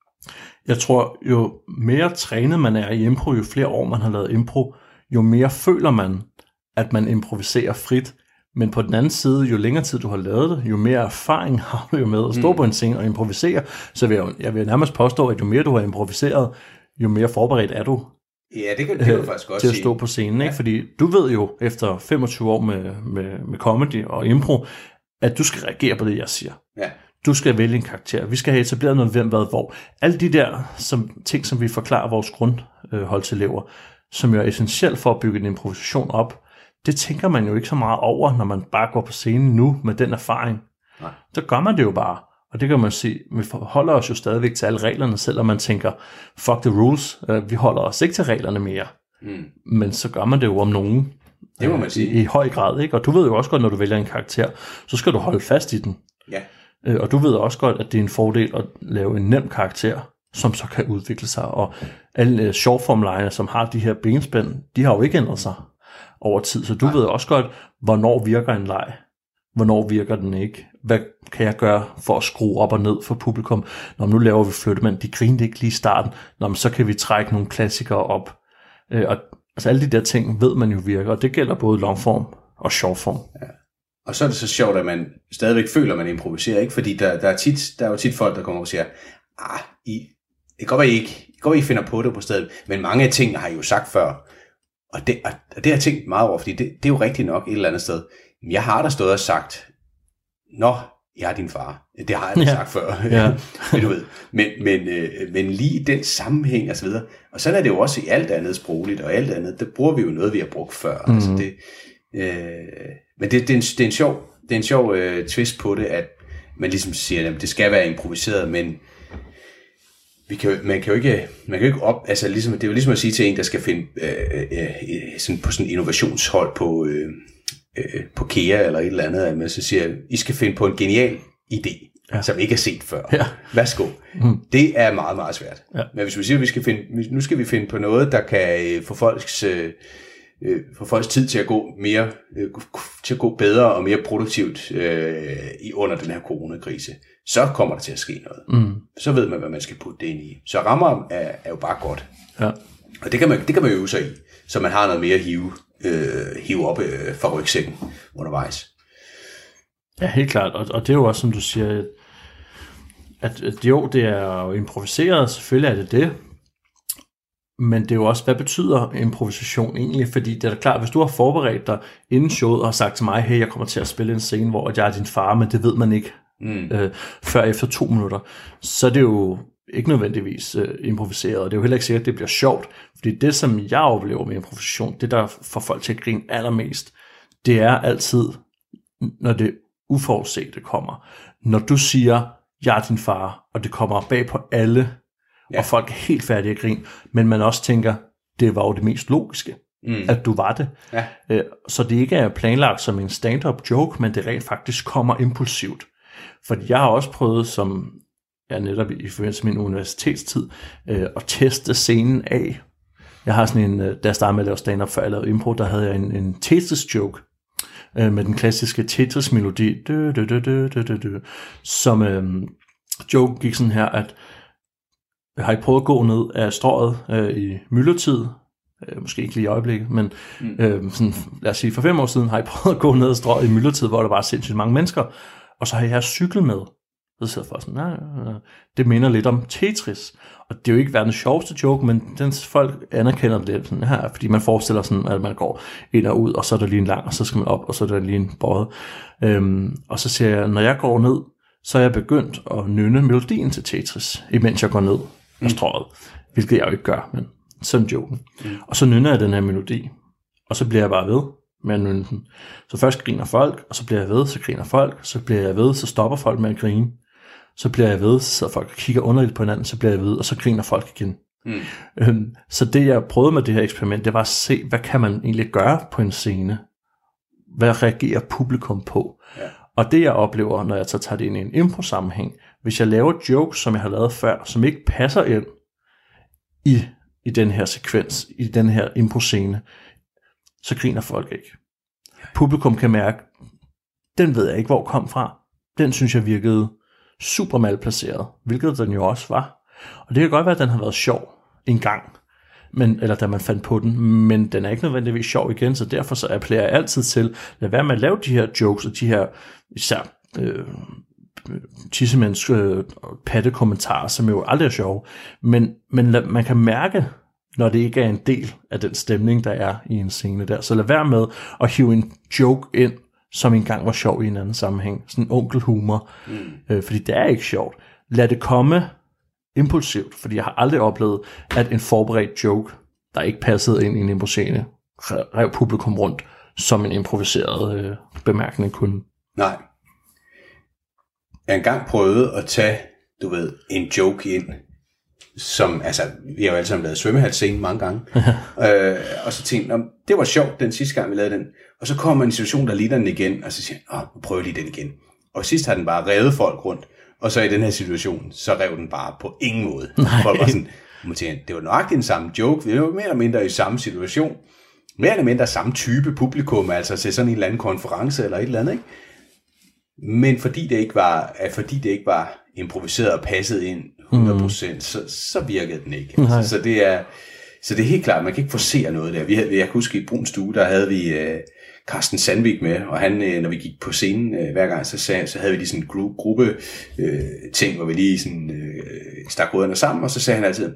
jeg tror, jo mere trænet man er i impro, jo flere år man har lavet impro, jo mere føler man, at man improviserer frit. Men på den anden side, jo længere tid du har lavet det, jo mere erfaring har du jo med at stå mm. på en scene og improvisere. Så vil jeg, jeg vil nærmest påstå, at jo mere du har improviseret, jo mere forberedt er du. Ja, det kan, det kan du faktisk godt til sige. At stå på scenen, ikke? Ja. Fordi du ved jo, efter femogtyve år med, med, med comedy og impro, at du skal reagere på det, jeg siger. Ja. Du skal vælge en karakter. Vi skal have etableret noget, hvem, hvad, hvor. Alle de der som, ting, som vi forklarer vores grundholdselever, som jo er essentielt for at bygge en improvisation op, det tænker man jo ikke så meget over, når man bare går på scenen nu med den erfaring. Nej. Så gør man det jo bare. Og det kan man sige, vi forholder os jo stadigvæk til alle reglerne, selvom man tænker, fuck the rules, vi holder os ikke til reglerne mere. Mm. Men så gør man det jo om nogen. Det må man sige. I, i høj grad, ikke? Og du ved jo også godt, når du vælger en karakter, så skal du holde fast i den. Ja. Og du ved også godt, at det er en fordel at lave en nem karakter, som så kan udvikle sig. Og alle shortform-lejre, som har de her benspænd, de har jo ikke ændret sig over tid. Så du Nej. ved også godt, hvornår virker en leg. Hvornår virker den ikke? Hvad kan jeg gøre for at skrue op og ned for publikum? Når nu laver vi flyttemænd, de grinede ikke lige i starten. Når så kan vi trække nogle klassikere op. Og altså alle de der ting ved man jo virker, og det gælder både longform og shortform. Ja. Og så er det så sjovt, at man stadigvæk føler, at man improviserer, ikke? Fordi der, der, er tit, der er jo tit folk, der kommer og siger, ah, I, det kan godt være, I ikke, det kan godt være, I finder på det på stedet, men mange af tingene har I jo sagt før. Og det, og det har jeg tænkt meget over, fordi det, det er jo rigtigt nok et eller andet sted. Jeg har da stået og sagt, nå, jeg er din far. Det har jeg da ja. sagt før. Ja. men, du ved. Men, men, øh, men lige den sammenhæng og så videre. Og sådan er det jo også i alt andet sprogligt, og alt andet, der bruger vi jo noget, vi har brugt før. Mm-hmm. Altså det, øh, men det, det, er en, det er en sjov, det er en sjov øh, twist på det, at man ligesom siger, at det skal være improviseret, men vi kan, man kan jo ikke, man kan jo ikke op, altså ligesom, det er jo ligesom at sige til en, der skal finde øh, øh, sådan på sådan en innovationshold på, øh, øh, på Kea eller et eller andet, at man så siger, I skal finde på en genial idé, ja. som I ikke har set før. Ja. Værsgo. Mm. Det er meget, meget svært. Ja. Men hvis vi siger, at vi skal finde, nu skal vi finde på noget, der kan få folks, øh, få folks tid til at gå mere, øh, til at gå bedre og mere produktivt øh, i under den her coronakrise, så kommer der til at ske noget. Mm. Så ved man, hvad man skal putte det ind i. Så rammer er, er jo bare godt. Ja. Og det kan, man, det kan man øve sig i, så man har noget mere at hive, øh, hive op øh, fra rygsækken undervejs. Ja, helt klart. Og, og det er jo også, som du siger, at, at jo, det er jo improviseret, selvfølgelig er det det, men det er jo også, hvad betyder improvisation egentlig? Fordi det er da klart, hvis du har forberedt dig inden showet og har sagt til mig, hey, jeg kommer til at spille en scene, hvor jeg er din far, men det ved man ikke mm. øh, før efter to minutter, så er det jo ikke nødvendigvis øh, improviseret, og det er jo heller ikke sikkert, at det bliver sjovt, fordi det, som jeg oplever med improvisation, det der får folk til at grine allermest, det er altid, når det uforudsete kommer. Når du siger, jeg er din far, og det kommer bag på alle, ja. og folk er helt færdige at grine, men man også tænker, det var jo det mest logiske, mm. at du var det. Ja. Øh, så det ikke er planlagt som en stand-up joke, men det rent faktisk kommer impulsivt. Fordi jeg har også prøvet, som jeg netop i forbindelse med min universitetstid, øh, at teste scenen af. Jeg har sådan en, da jeg startede med at lave stand-up, før jeg lavede impro, der havde jeg en, en Tetris-joke, øh, med den klassiske Tetris-melodi, dø, dø, dø, dø, dø, dø, dø, som øh, joke gik sådan her, at jeg har ikke prøvet at gå ned af strøget øh, i myldretid, øh, måske ikke lige i øjeblikket, men mm. øh, sådan, lad os sige, for fem år siden har jeg prøvet at gå ned af strøget i myldretid, hvor der var sindssygt mange mennesker, og så har jeg cyklet med. Så sidder jeg for sådan, nej, nej, det minder lidt om Tetris. Og det er jo ikke verdens sjoveste joke, men den folk anerkender det lidt sådan her, fordi man forestiller sådan, at man går ind og ud, og så er der lige en lang, og så skal man op, og så er der lige en bøjet. Øhm, og så siger jeg, når jeg går ned, så er jeg begyndt at nynne melodien til Tetris, imens jeg går ned af strøget. Hvilket jeg jo ikke gør, men sådan joken. Mm. Og så nynner jeg den her melodi, og så bliver jeg bare ved med at nynne den. Så først griner folk, og så bliver jeg ved, så griner folk, så bliver jeg ved, så stopper folk med at grine. Så bliver jeg ved, så sidder folk og kigger underligt på hinanden, så bliver jeg ved, og så griner folk igen. Mm. Øhm, så det, jeg prøvede med det her eksperiment, det var at se, hvad kan man egentlig gøre på en scene? Hvad reagerer publikum på? Ja. Og det, jeg oplever, når jeg så tager det ind i en impro-sammenhæng, hvis jeg laver jokes, som jeg har lavet før, som ikke passer ind i, i den her sekvens, i den her impro-scene, så griner folk ikke. Publikum kan mærke, den ved jeg ikke, hvor kom fra. Den synes jeg virkede super malplaceret, hvilket den jo også var. Og det kan godt være, at den har været sjov en gang, men, eller da man fandt på den, men den er ikke nødvendigvis sjov igen, så derfor så appellerer jeg altid til, lad være med at lave de her jokes, og de her især øh, tissemænds øh, pattekommentarer, som jo aldrig er sjove, men, men lad, man kan mærke, når det ikke er en del af den stemning, der er i en scene der. Så lad være med at hive en joke ind, som engang var sjov i en anden sammenhæng. Sådan en onkelhumor. Mm. Øh, fordi det er ikke sjovt. Lad det komme impulsivt, fordi jeg har aldrig oplevet, at en forberedt joke, der ikke passede ind i en improvisering, rev publikum rundt, som en improviseret øh, bemærkning kunne. Nej. Jeg har engang prøvet at tage, du ved, en joke ind, som, altså, vi har jo alle sammen lavet svømmehalsscene mange gange, øh, og så tænkte jeg, det var sjovt den sidste gang, vi lavede den, og så kommer en situation, der ligner den igen, og så siger jeg, nu prøver lige den igen. Og sidst har den bare revet folk rundt, og så i den her situation, så rev den bare på ingen måde. Folk var sådan, det var nøjagtigt den samme joke, vi var mere eller mindre i samme situation, mere eller mindre samme type publikum, altså til sådan en eller anden konference eller et eller andet, ikke? Men fordi det ikke var, fordi det ikke var improviseret og passet ind hundrede procent, mm. så, så virkede den ikke. Altså, så, det er, så det er helt klart, man kan ikke forsere noget der. Vi havde, jeg kan huske i Brun Stue, der havde vi uh, Carsten Sandvik med, og han, uh, når vi gik på scenen uh, hver gang, så, sagde, så havde vi lige sådan en gru- gruppe uh, ting, hvor vi lige sådan, uh, stak rødderne sammen, og så sagde han altid,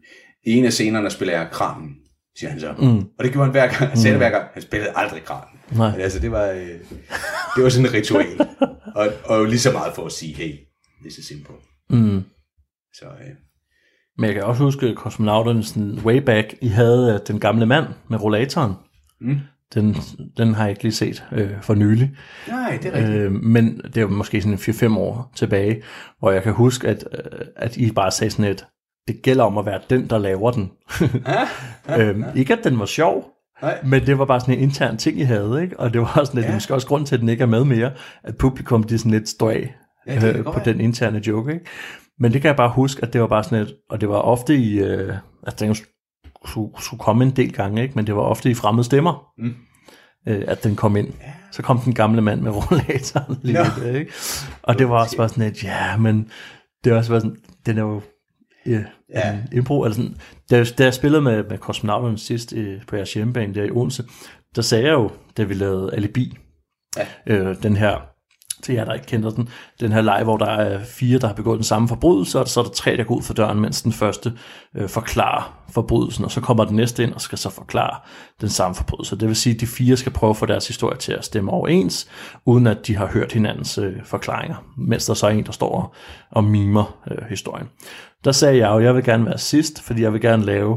i en af scenerne spiller jeg Kranen, siger han så. Mm. Og det gjorde han hver gang. Han sagde det hver gang. Han spillede aldrig Kranen. Men altså, det var, øh, det var sådan et ritual. og, og lige så meget for at sige, hey, this is simple. Mm. Så, øh. Men jeg kan også huske, kosmonauterne sådan way back, I havde uh, den gamle mand med rollatoren. Mm. Den, den har jeg ikke lige set øh, for nylig. Nej, det er rigtigt. Øh, men det er måske sådan fire fem år tilbage, hvor jeg kan huske, at, at I bare sagde sådan et, det gælder om at være den, der laver den. ah, ah, øhm, ah. Ikke at den var sjov, nej. Men det var bare sådan en intern ting, I havde, ikke? Og det var også sådan lidt, ja. Måske også grund til, at den ikke er med mere, at publikum, de sådan lidt stod af ja, øh, på den interne joke, ikke? Men det kan jeg bare huske, at det var bare sådan et, og det var ofte i, øh, at den skulle, skulle komme en del gange, ikke? Men det var ofte i fremmede stemmer, mm. øh, at den kom ind. Ja. Så kom den gamle mand med rollatoren lige ja. lidt, ikke? Og det var også bare sådan et, ja, men det var også bare sådan, den er jo, ja, ja. Impro, altså sådan, da, da jeg spillede med, med kosmonauterne sidst i, på jeres hjemmebane der i Odense, der sagde jeg jo, da vi lavede Alibi, ja. øh, den her, til jer der ikke kender den, den her leg, hvor der er fire, der har begået den samme forbrydelse, og så er der tre, der går ud for døren, mens den første øh, forklarer forbrydelsen, og så kommer den næste ind og skal så forklare den samme forbrydelse. Det vil sige, at de fire skal prøve at få deres historie til at stemme overens, uden at de har hørt hinandens øh, forklaringer, mens der så er en, der står og, og mimer øh, historien. Der sagde jeg jo, at jeg vil gerne være sidst, fordi jeg vil gerne lave,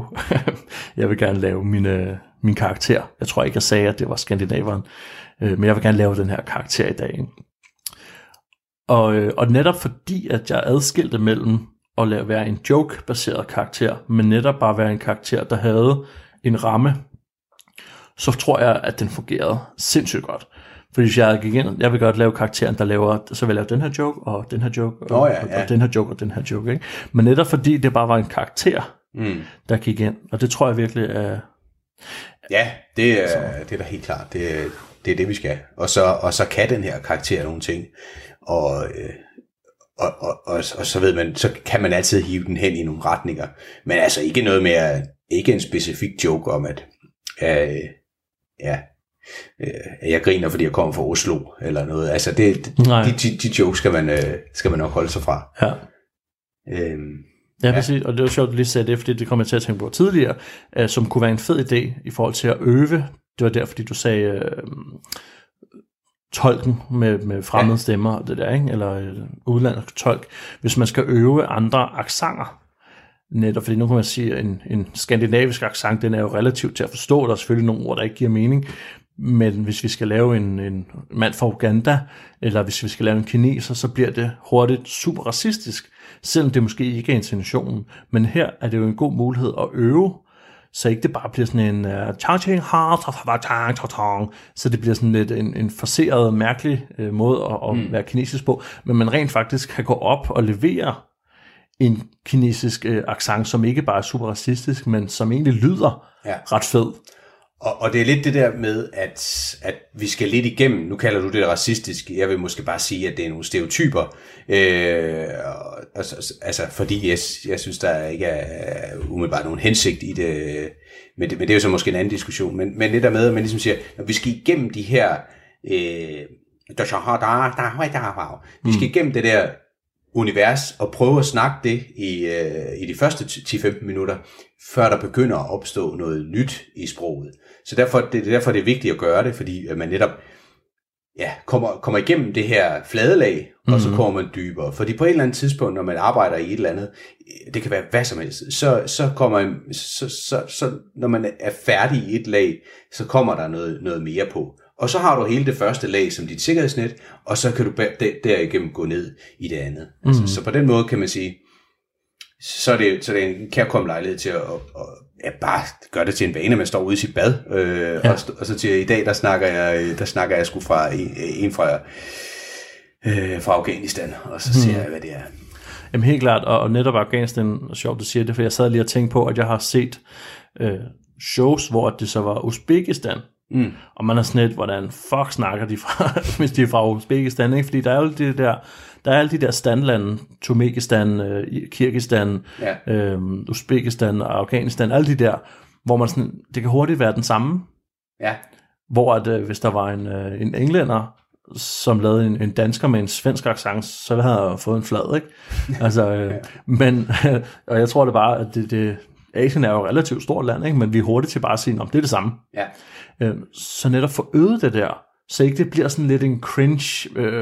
jeg vil gerne lave min, øh, min karakter. Jeg tror ikke, jeg sagde, at det var skandinaveren, øh, men jeg vil gerne lave den her karakter i dag. Og, og netop fordi, at jeg adskilte mellem at lade være en joke-baseret karakter, men netop bare være en karakter, der havde en ramme, så tror jeg, at den fungerede sindssygt godt. Fordi hvis jeg gik ind, jeg vil godt lave karakteren, der laver, så vil jeg lave den her joke, og den her joke, og, oh, ja, ja. og den her joke, og den her joke. Ikke? Men netop fordi det bare var en karakter, mm. der gik ind, og det tror jeg virkelig er... Ja, det er, det er da helt klart. Det, det er det, vi skal. Og så, og så kan den her karakter nogle ting. Og, øh, og, og, og, og så ved man, så kan man altid hive den hen i nogle retninger. Men altså ikke noget mere, ikke en specifik joke om, at øh, ja, øh, jeg griner, fordi jeg kommer fra Oslo, eller noget. Altså det, de, de, de jokes skal man, øh, skal man nok holde sig fra. Ja. Øhm, Ja, præcis, og det var sjovt, at du lige sagde det, fordi det kom jeg til at tænke på tidligere, øh, som kunne være en fed idé i forhold til at øve. Det var der, fordi du sagde øh, tolken med, med fremmede ja. stemmer, og det der, ikke? Eller øh, udlandsk tolk. Hvis man skal øve andre accenter, netop fordi nu kan man sige, at en, en skandinavisk accent, den er jo relativt til at forstå, der er selvfølgelig nogle ord, der ikke giver mening, men hvis vi skal lave en, en mand fra Uganda, eller hvis vi skal lave en kineser, så bliver det hurtigt super racistisk, selvom det måske ikke er intentionen. Men her er det jo en god mulighed at øve, så ikke det bare bliver sådan en uh, så det bliver sådan lidt en, en forceret, mærkelig uh, måde at, at mm. være kinesisk på, men man rent faktisk kan gå op og levere en kinesisk uh, accent, som ikke bare er super racistisk, men som egentlig lyder ja. ret fed. Og, og det er lidt det der med, at, at vi skal lidt igennem, nu kalder du det racistisk, jeg vil måske bare sige, at det er nogle stereotyper, øh, altså, altså fordi jeg, jeg synes, der ikke er umiddelbart nogen hensigt i det, men det, men det er jo så måske en anden diskussion, men, men det der med, at man ligesom siger, når vi skal igennem de her, øh, vi skal igennem det der univers og prøve at snakke det i, øh, i de første ti til femten minutter, før der begynder at opstå noget nyt i sproget. Så derfor det, derfor det er vigtigt at gøre det, fordi at man netop ja, kommer, kommer igennem det her fladelag, og mm-hmm. så kommer man dybere. Fordi på et eller andet tidspunkt, når man arbejder i et eller andet, det kan være hvad som helst, så, så kommer man, så, så, så, når man er færdig i et lag, så kommer der noget, noget mere på. Og så har du hele det første lag som dit sikkerhedsnet, og så kan du derigennem gå ned i det andet. Mm. Altså, så på den måde kan man sige, så er det, så er det en kærkommen lejlighed til at, at, at ja, bare gøre det til en vane, at man står ude i sit bad. Øh, ja. og, og så til i dag, der snakker jeg, der snakker jeg sgu fra en, en fra, øh, fra Afghanistan, og så ser mm. jeg, hvad det er. Jamen helt klart, og netop Afghanistan, og sjovt du siger det, for jeg sad lige og tænkte på, at jeg har set øh, shows, hvor det så var Uzbekistan. Mm. Og man er sådan lidt, hvordan fuck snakker de fra, hvis de er fra Uzbekistan, ikke? Fordi der er jo de der, der er alle de der standlande, Turkmenistan, øh, Kirgistan, ja. øh, Uzbekistan og Afghanistan, alle de der, hvor man sådan, det kan hurtigt være den samme. Ja. Hvor at, øh, hvis der var en, øh, en englænder, som lavede en, en dansker med en svensk accent, så havde jeg fået en flad, ikke? Altså, øh, ja. men, øh, og jeg tror det bare, at det, det Asien er jo et relativt stort land, ikke? Men vi er hurtigt til bare at sige, om det er det samme. Ja. Øh, så netop få øget det der, så ikke det bliver sådan lidt en cringe øh,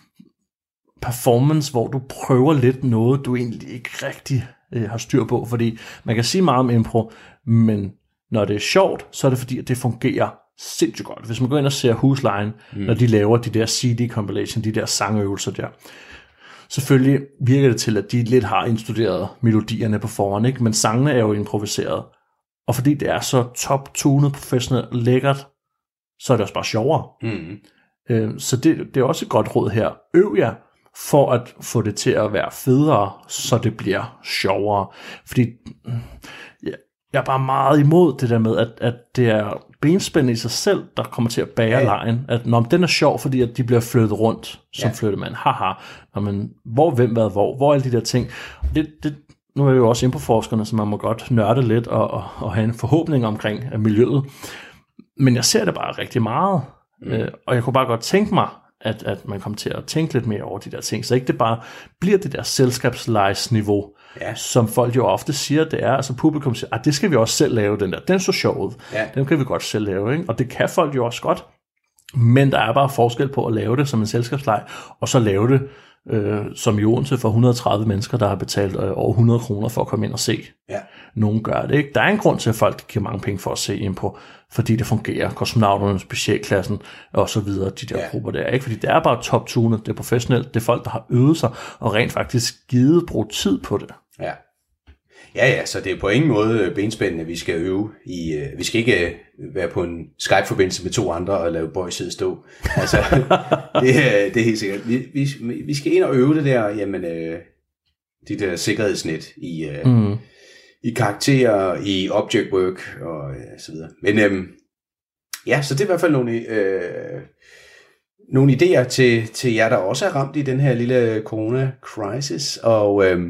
performance, hvor du prøver lidt noget, du egentlig ikke rigtig øh, har styr på, fordi man kan sige meget om impro, men når det er sjovt, så er det fordi, at det fungerer sindssygt godt. Hvis man går ind og ser Husline, mm. når de laver de der C D compilation, de der sangøvelser der, selvfølgelig virker det til, at de lidt har indstuderet melodierne på forhånd, ikke? Men sangene er jo improviseret. Og fordi det er så top-tunet, professionelt, lækkert, så er det også bare sjovere. Mm. Øh, så det, det er også et godt råd her. Øv jer for at få det til at være federe, så det bliver sjovere. Fordi ja, jeg er bare meget imod det der med, at, at det er benspænd i sig selv, der kommer til at bære ja. lejen. At når den er sjov, fordi at de bliver flyttet rundt som ja. flyttemand. Haha. Når man, hvor, hvem, hvad, hvor, hvor er alle de der ting. Det, det, nu er vi jo også improforskerne, så man må godt nørde lidt og, og, og have en forhåbning omkring miljøet. Men jeg ser det bare rigtig meget. Mm. Øh, og jeg kunne bare godt tænke mig, at, at man kommer til at tænke lidt mere over de der ting. Så ikke det bare bliver det der selskabslejsniveau, ja. som folk jo ofte siger, det er. Altså publikum siger, at det skal vi også selv lave, den der. Den er så sjov ud. Ja. Den kan vi godt selv lave, ikke? Og det kan folk jo også godt. Men der er bare forskel på at lave det som en selskabsleg, og så lave det øh, som i Odense for et hundrede og tredive mennesker, der har betalt øh, over hundrede kroner for at komme ind og se. Ja. Nogen gør det, ikke? Der er en grund til, at folk giver mange penge for at se ind på, fordi det fungerer. Kosmonauterne, specialklassen og så videre, de der ja. grupper der, ikke? Fordi det er bare top-tunet, det er professionelt, det er folk, der har øvet sig, og rent faktisk givet bruge tid på det. Ja. Ja, ja, så det er på ingen måde benspændende, vi skal øve i, øh, vi skal ikke øh, være på en Skype-forbindelse med to andre og lave boys sidde stå. Altså, det, det er helt sikkert. Vi, vi, vi skal ind og øve det der, jamen, øh, de der sikkerhedsnet i, øh, mm. i karakterer, i object work og øh, så videre. Men øh, ja, så det er i hvert fald nogle, øh, nogle idéer til, til jer, der også er ramt i den her lille corona-crisis, og øh,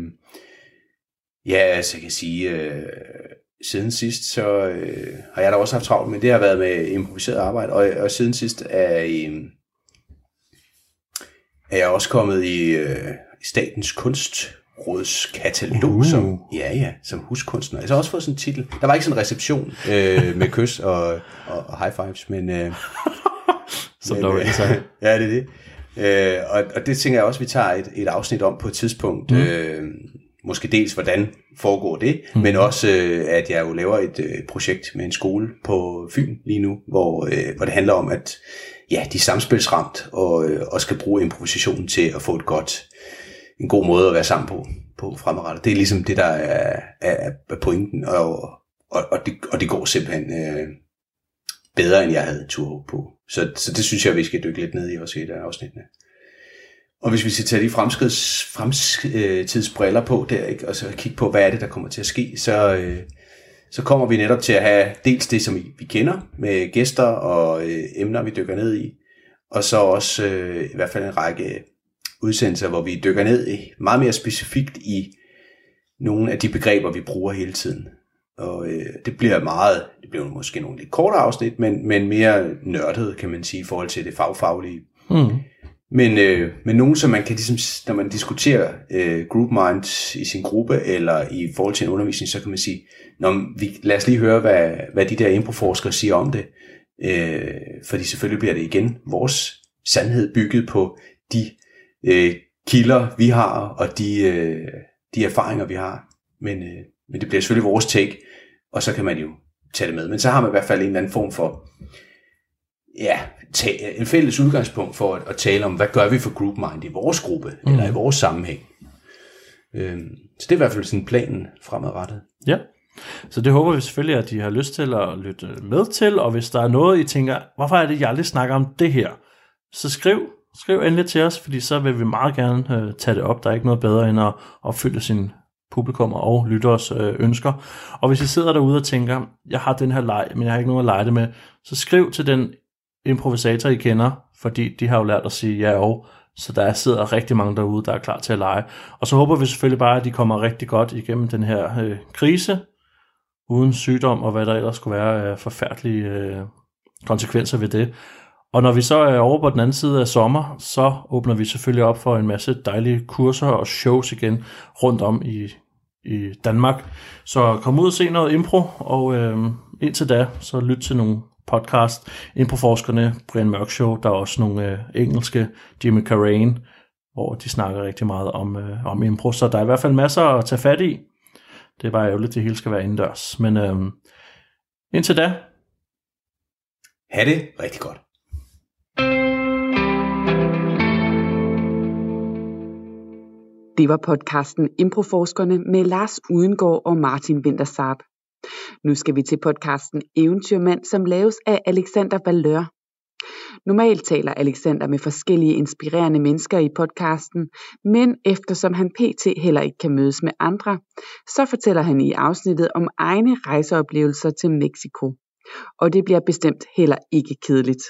ja, altså jeg kan sige, øh, siden sidst, så øh, har jeg da også haft travlt, men det har været med improviseret arbejde, og, og siden sidst er, øh, er jeg også kommet i, øh, i Statens Kunstråds katalog, uh. som, ja, ja, som huskunstner. Jeg har også fået sådan en titel. Der var ikke sådan en reception øh, med kys og, og, og high fives, men... Øh, som men, der var øh, ja, det er det. Øh, og, og det tænker jeg også, vi tager et, et afsnit om på et tidspunkt, mm. øh, måske dels, hvordan foregår det, mm. men også, øh, at jeg jo laver et øh, projekt med en skole på Fyn lige nu, hvor, øh, hvor det handler om, at ja, de er samspilsramt, og, øh, og skal bruge improvisation til at få et godt, en god måde at være sammen på, på fremadrettet. Det er ligesom det, der er, er, er pointen, og, og, og, det, og det går simpelthen øh, bedre, end jeg havde tur på. Så, så det synes jeg, vi skal dykke lidt ned i også i et af afsnittene. Og hvis vi skal tage de fremskrids, fremtidsbriller på der, ikke, og så kigge på, hvad er det, der kommer til at ske, så, øh, så kommer vi netop til at have dels det, som vi, vi kender, med gæster og øh, emner, vi dykker ned i, og så også øh, i hvert fald en række udsendelser, hvor vi dykker ned i meget mere specifikt i nogle af de begreber, vi bruger hele tiden. Og øh, det bliver meget, det bliver måske nogle lidt kortere afsnit, men, men mere nørdet, kan man sige, i forhold til det fagfaglige. Mm. Men, øh, men nogen, som man kan ligesom, når man diskuterer øh, group mind i sin gruppe, eller i forhold til en undervisning, så kan man sige, når vi, lad os lige høre, hvad, hvad de der improforskere siger om det. Øh, fordi selvfølgelig bliver det igen vores sandhed bygget på de øh, kilder, vi har, og de, øh, de erfaringer, vi har. Men, øh, men det bliver selvfølgelig vores take, og så kan man jo tage det med. Men så har man i hvert fald en eller anden form for ja, ta- en fælles udgangspunkt for at, at tale om, hvad gør vi for group mind i vores gruppe, mm. eller i vores sammenhæng. Øhm, så det er i hvert fald sådan planen fremadrettet. Ja, så det håber vi selvfølgelig, at de har lyst til at lytte med til, og hvis der er noget, I tænker, hvorfor er det, jeg aldrig snakker om det her, så skriv, skriv endelig til os, fordi så vil vi meget gerne øh, tage det op. Der er ikke noget bedre end at opfylde sin publikum og lytteres øh, ønsker. Og hvis I sidder derude og tænker, jeg har den her leg, men jeg har ikke nogen at lege det med, så skriv til den improvisator, I kender, fordi de har jo lært at sige ja og, så der sidder rigtig mange derude, der er klar til at lege. Og så håber vi selvfølgelig bare, at de kommer rigtig godt igennem den her øh, krise, uden sygdom og hvad der ellers skulle være af øh, forfærdelige øh, konsekvenser ved det. Og når vi så er over på den anden side af sommer, så åbner vi selvfølgelig op for en masse dejlige kurser og shows igen rundt om i, i Danmark. Så kom ud og se noget impro, og øh, indtil da, så lyt til nogle podcast. Improforskerne, Brian Mørk Show, der er også nogle øh, engelske, Jimmy Carrane, hvor de snakker rigtig meget om, øh, om impro. Så der er i hvert fald masser at tage fat i. Det er bare ærgerligt, at det hele skal være indendørs. Men øh, indtil da, ha' det rigtig godt. Det var podcasten Improforskerne med Lars Udengård og Martin Wintersarp. Nu skal vi til podcasten Eventyrmand, som laves af Alexander Valør. Normalt taler Alexander med forskellige inspirerende mennesker i podcasten, men eftersom han pt. Heller ikke kan mødes med andre, så fortæller han i afsnittet om egne rejseoplevelser til Mexico. Og det bliver bestemt heller ikke kedeligt.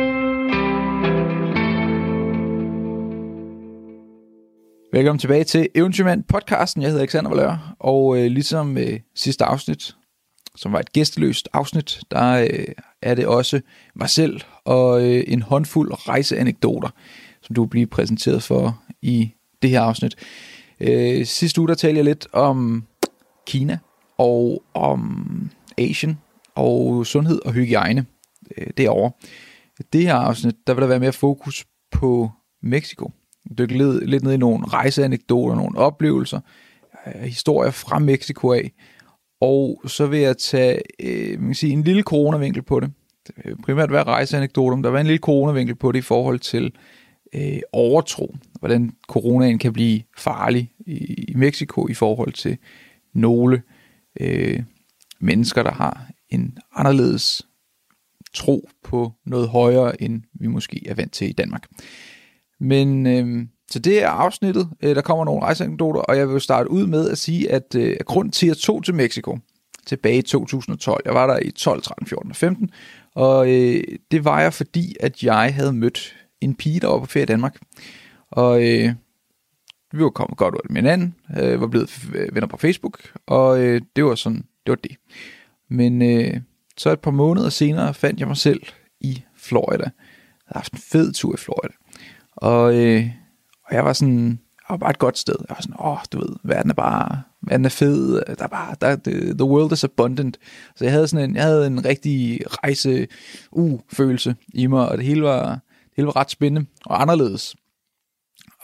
Velkommen tilbage til Eventyrmand podcasten. Jeg hedder Alexander Valør, og øh, ligesom øh, sidste afsnit, som var et gæsteløst afsnit, der øh, er det også mig selv og øh, en håndfuld rejseanekdoter, som du vil blive præsenteret for i det her afsnit. Øh, sidste uge der talte jeg lidt om Kina og om Asien og sundhed og hygiejne øh, derovre. Det her afsnit, der vil der være mere fokus på Mexico. Dykke lidt ned i nogle rejseanekdoter, nogle oplevelser, øh, historier fra Mexico af, og så vil jeg tage øh, man kan sige, en lille coronavinkel på det. Det vil primært være rejseanekdoter, men der vil være en lille coronavinkel på det i forhold til øh, overtro, hvordan coronaen kan blive farlig i, i Mexico i forhold til nogle øh, mennesker, der har en anderledes tro på noget højere, end vi måske er vant til i Danmark. Men øh, så det er afsnittet. Øh, der kommer nogle rejseanekdoter, og jeg vil starte ud med at sige, at øh, grunden til, at jeg tog til Mexico tilbage i to tusind og tolv, jeg var der i tolv, tretten, fjorten og femten, og øh, det var jeg, fordi at jeg havde mødt en pige, der var på ferie i Danmark. Og øh, vi var kommet godt ud med hinanden, øh, var blevet venner på Facebook, og øh, det var sådan, det var det. Men øh, så et par måneder senere fandt jeg mig selv i Florida. Jeg havde haft en fed tur i Florida. Og, øh, og jeg var sådan, jeg var bare et godt sted. Jeg var sådan, åh, du ved, verden er bare, verden er fed. Der er bare, der, the, the world is abundant. Så jeg havde sådan en, jeg havde en rigtig rejse, uh, følelse i mig, og det hele var, det hele var ret spændende og anderledes.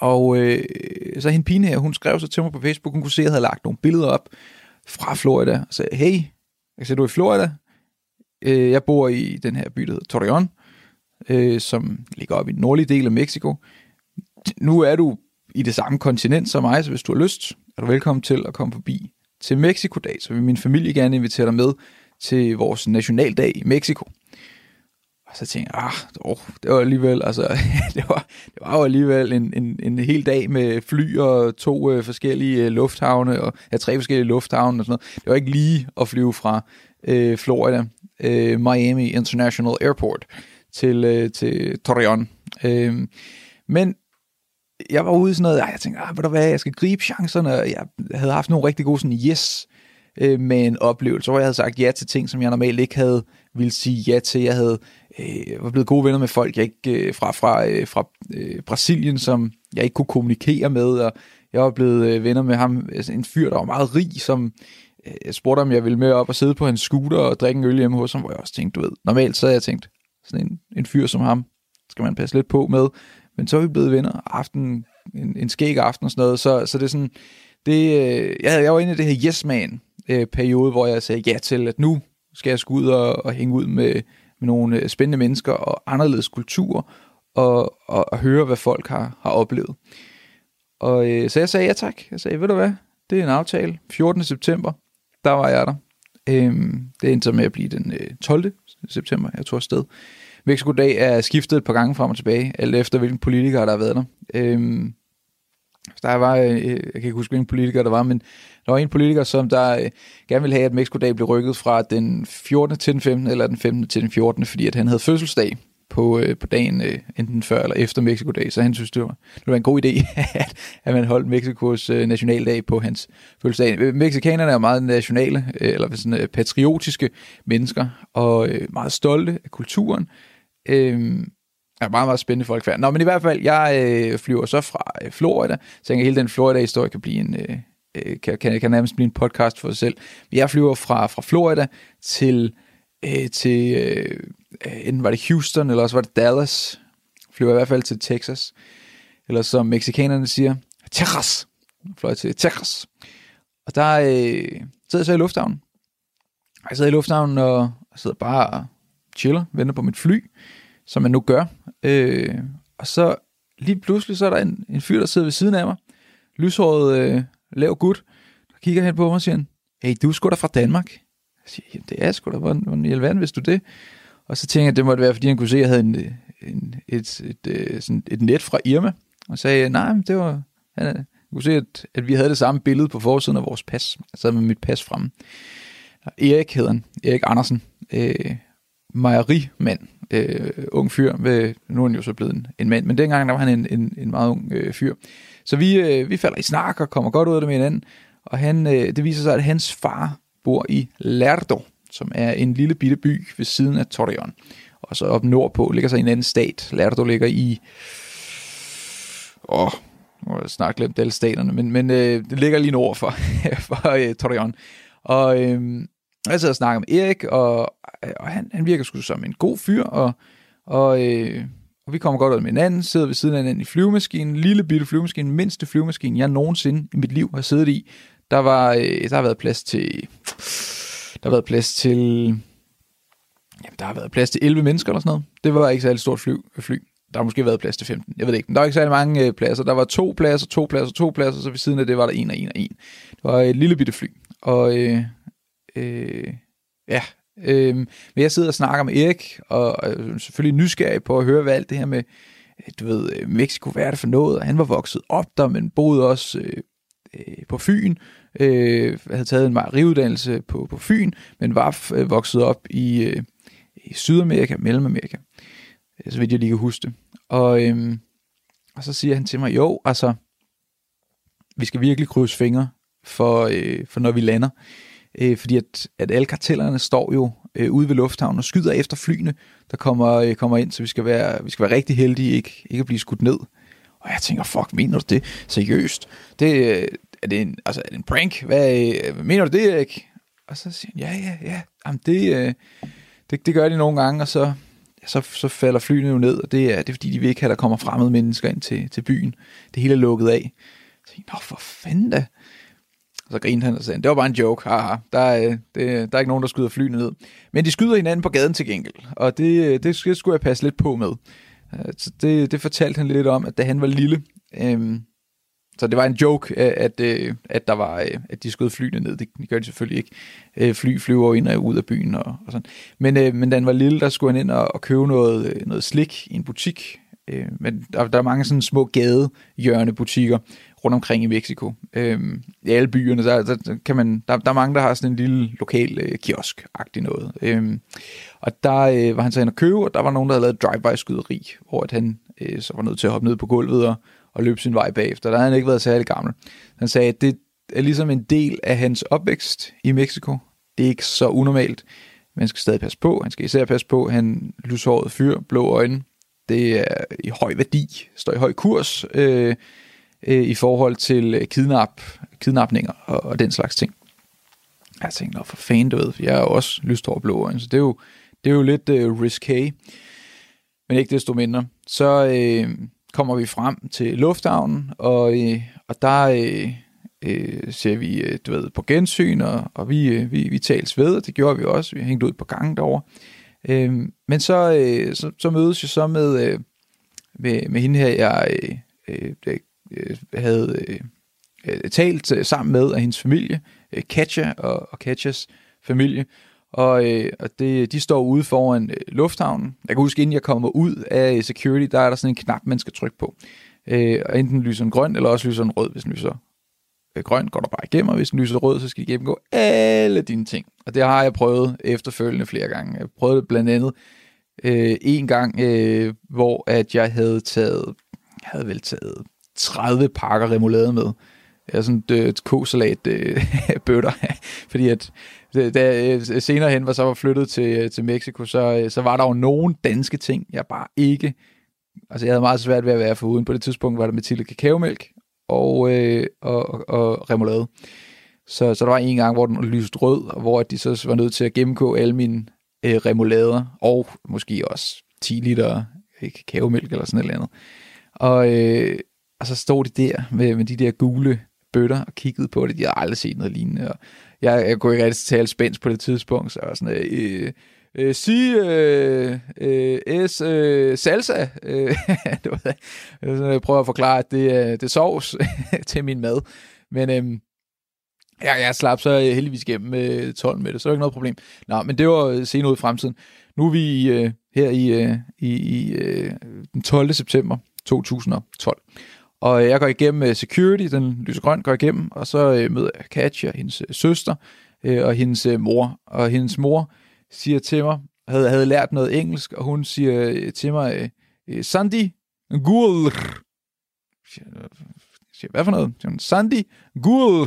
Og øh, så hende pigen her, hun skrev så til mig på Facebook, hun kunne se, at jeg havde lagt nogle billeder op fra Florida, og sagde, hey, jeg ser du er i Florida? Øh, jeg bor i den her by, der hedder Torreon, øh, som ligger op i den nordlige del af Mexico. Nu er du i det samme kontinent som mig, så hvis du har lyst, er du velkommen til at komme forbi til Mexico-dag, så vil min familie gerne invitere dig med til vores nationaldag i Mexico. Og så tænkte jeg, ah, oh, det var alligevel, altså, det var, det var jo alligevel en, en, en hel dag med fly og to øh, forskellige øh, lufthavne, og ja, tre forskellige lufthavne og sådan noget. Det var ikke lige at flyve fra øh, Florida, øh, Miami International Airport til, øh, til Torreon. Øh, men jeg var ude i sådan noget, jeg tænkte, ah, ved du hvad, jeg skal gribe chancerne, og jeg havde haft nogle rigtig gode sådan yes øh, med en oplevelse, hvor jeg havde sagt ja til ting, som jeg normalt ikke havde ville sige ja til. Jeg havde øh, var blevet gode venner med folk, jeg ikke øh, fra, fra, øh, fra øh, Brasilien, som jeg ikke kunne kommunikere med, og jeg var blevet øh, venner med ham, altså en fyr, der var meget rig, som øh, spurgte, om jeg ville med op og sidde på hans scooter og drikke en øl hjemme hos ham, hvor jeg også tænkte, du ved, normalt så havde jeg tænkt, sådan en, en fyr som ham, skal man passe lidt på med, men så er vi blevet venner, aften, en, en skæg aften og sådan noget, så, så det er sådan, det, øh, jeg, jeg var inde i det her yes man øh, periode, hvor jeg sagde ja til, at nu skal jeg skulle ud og, og hænge ud med, med nogle spændende mennesker og anderledes kulturer, og, og, og høre, hvad folk har, har oplevet. Og øh, så jeg sagde ja tak. Jeg sagde, ved du hvad, det er en aftale. fjortende september, der var jeg der. Øhm, det endte med at blive den øh, tolvte september, jeg tog afsted. Mexico-dag er skiftet et par gange frem og tilbage, alt efter hvilken politiker der har været der. Øhm, der var, øh, jeg kan ikke huske, hvilken politiker der var, men der var en politiker, som der øh, gerne ville have, at Mexico-dag blev rykket fra den fjortende til den femtende, eller den femtende til den fjortende, fordi at han havde fødselsdag på, øh, på dagen, øh, enten før eller efter Mexico-dag, så han synes, det var, det var en god idé, at, at man holdt Mexikos øh, nationaldag på hans fødselsdag. Mexikanerne er meget nationale, øh, eller sådan øh, patriotiske mennesker, og øh, meget stolte af kulturen. Øh, er meget, meget spændende folk. Nå, men i hvert fald, jeg øh, flyver så fra øh, Florida, så jeg tænker, hele den Florida-historie kan blive en... Øh, Kan, kan, kan nærmest blive en podcast for sig selv. Jeg flyver fra, fra Florida til, øh, til øh, enten var det Houston, eller også var det Dallas. Flyver i hvert fald til Texas. Eller som mexikanerne siger, Texas. Flyver til Texas. Og der øh, sidder jeg så i lufthavnen. Jeg sidder i lufthavnen og, og sidder bare og chiller, venter på mit fly, som man nu gør. Øh, og så lige pludselig, så er der en, en fyr, der sidder ved siden af mig. Lyshåret... Øh, lav gut, der kigger hen på mig og siger, hey, du er sgu da fra Danmark. Jeg siger, jamen det er sgu da, hvordan i alverden vidste du det? Og så tænkte jeg, det måtte være, fordi han kunne se, at jeg havde en, en, et, et, et, sådan et net fra Irma, og sagde, nej, men det var, han kunne se, at, at vi havde det samme billede på forsiden af vores pas. Jeg sad med mit pas fremme. Erik hedder han, Erik Andersen, øh, mejerimand, øh, ung fyr, med, nu er han jo så blevet en, en mand, men dengang der var han en, en, en meget ung øh, fyr. Så vi, øh, vi falder i snak og kommer godt ud af det med hinanden, og han, øh, det viser sig, at hans far bor i Lerdo, som er en lille bitte by ved siden af Torreon, og så op nordpå ligger så en anden stat. Lerdo ligger i, åh, jeg har snart glemt alle staterne, men, men øh, det ligger lige nord for, for øh, Torreon, og øh, jeg sidder og snakker med Erik, og, og han, han virker sgu som en god fyr, og, og øh, Og vi kommer godt ud med hinanden, sidder ved siden af hinanden i flyvemaskinen, lille bitte flyvemaskine, mindste flyvemaskine, jeg nogensinde i mit liv har siddet i. Der var, øh, der har været plads til, der har været plads til, jamen der har været plads til elleve mennesker eller sådan noget. Det var ikke særlig stort fly, fly. Der har måske været plads til femten, jeg ved ikke. Men der var ikke særlig mange øh, pladser. Der var to pladser, to pladser, to pladser, så ved siden af det var der en og en og en. Det var et lille bitte fly. Og øh, øh, ja... Øhm, men jeg sidder og snakker med Erik, og er selvfølgelig nysgerrig på at høre, hvad alt det her med, du ved, Mexico, hvad er det for noget, og han var vokset op der, men boede også øh, øh, på Fyn, øh, havde taget en mejeriuddannelse på, på Fyn, men var øh, vokset op i, øh, i Sydamerika, Mellemamerika, så vidt jeg lige kan huske det. Og, øh, og så siger han til mig, jo, altså, vi skal virkelig krydse fingre for, øh, for når vi lander. Øh, fordi at, at alle kartellerne står jo øh, ude ved lufthavnen og skyder efter flyene, der kommer, øh, kommer ind, så vi skal være, vi skal være rigtig heldige ikke, ikke at blive skudt ned. Og jeg tænker, fuck, mener du det? Seriøst? Det, øh, er, det en, altså, er det en prank? Hvad, øh, mener du det, Erik? Og så siger han, ja, ja, ja. Jamen, det, øh, det, det gør de nogle gange, og så så, så falder flyene jo ned, og det er, det er fordi, de vil ikke have, der kommer fremmede mennesker ind til, til byen. Det hele er lukket af. Så jeg tænkte, nå for fanden da. Og så grinede han og sagde, det var bare en joke. Haha, der, er, det, der er ikke nogen, der skyder flyene ned. Men de skyder hinanden på gaden til gengæld, og det, det, det skulle jeg passe lidt på med. Så det, det fortalte han lidt om, at da han var lille, øhm, så det var en joke, at, at, at, der var, at de skød flyene ned. Det gør de selvfølgelig ikke. Fly flyver ind og ud af byen og, og sådan. Men, men da han var lille, der skulle han ind og, og købe noget, noget slik i en butik. Men der, der er mange sådan små gadehjørnebutikker rundt omkring i Mexico. I alle byerne, der, der, kan man, der, der er mange, der har sådan en lille lokal kiosk-agtig noget. Og der var han så hen og købe, og der var nogen, der havde lavet drive-by-skyderi, hvor at han så var nødt til at hoppe ned på gulvet og og løbe sin vej bagefter. Der havde han ikke været særlig gammel. Han sagde, at det er ligesom en del af hans opvækst i Mexico. Det er ikke så unormalt. Man skal stadig passe på. Han skal især passe på. Han lyshåret fyr, blå øjne. Det er i høj værdi, står i høj kurs øh, øh, i forhold til kidnap, kidnapninger og, og den slags ting. Jeg tænkte, nå for fanden, du ved, jeg er jo også lyshåret blå øjne, så det er jo, det er jo lidt øh, risky. Men ikke desto mindre. Så øh, kommer vi frem til lufthavnen, og, øh, og der øh, øh, ser vi, øh, du ved, på gensyn, og, og vi, øh, vi, vi tales ved, og det gjorde vi også. Vi hængte ud på gangen derovre. Øh, men så, øh, så, så mødes jeg så med, øh, med, med hende her, jeg øh, øh, havde øh, talt sammen med af hendes familie, øh, Katja og, og Katjas familie. Og, øh, og det, de står ude foran øh, lufthavnen. Jeg kan huske, inden jeg kommer ud af security, der er der sådan en knap, man skal trykke på. Øh, og enten lyser en grøn, eller også lyser en rød. Hvis den lyser øh, grøn, går der bare igennem, og hvis den lyser rød, så skal de gennemgå alle dine ting. Og det har jeg prøvet efterfølgende flere gange. Jeg prøvede det blandt andet øh, en gang, øh, hvor at jeg havde taget, jeg havde vel taget tredive pakker remoulade med. Jeg er sådan et k-salat øh, bøtter, fordi at da senere hen, hvor så var flyttet til, til Mexico, så, så var der jo nogle danske ting, jeg bare ikke, altså jeg havde meget svært ved at være foruden. På det tidspunkt var der Mathilde kakaomælk og, øh, og, og, og remoulade. Så, så der var en gang, hvor den lyste rød, og hvor de så var nødt til at gennemgå alle mine øh, remoulader, og måske også ti liter øh, kakaomælk eller sådan et eller andet. Og, øh, og så stod de der med, med de der gule bøtter og kiggede på det. De havde aldrig set noget lignende, og jeg, jeg kunne ikke rigtig tale spansk på det tidspunkt, så jeg var sådan, øh, øh, sig, øh, øh, s, øh, salsa, øh, det var det. Så jeg prøver at forklare, at det, det er sovs til min mad, men øh, jeg, jeg slap så heldigvis gennem øh, tolv med det, så det var ikke noget problem. Nå, men det var senere ud i fremtiden. Nu er vi øh, her i, øh, i, i øh, den tolvte september to tusind og tolv, og jeg går igennem security, den lysegrøn går igennem, og så øh, møder jeg Katja, hendes øh, søster, øh, og hendes øh, mor. Og hendes mor siger til mig, havde, havde lært noget engelsk, og hun siger øh, til mig, øh, Sandy, gul. Jeg siger, hvad for noget? Siger hun, Sandy, gul.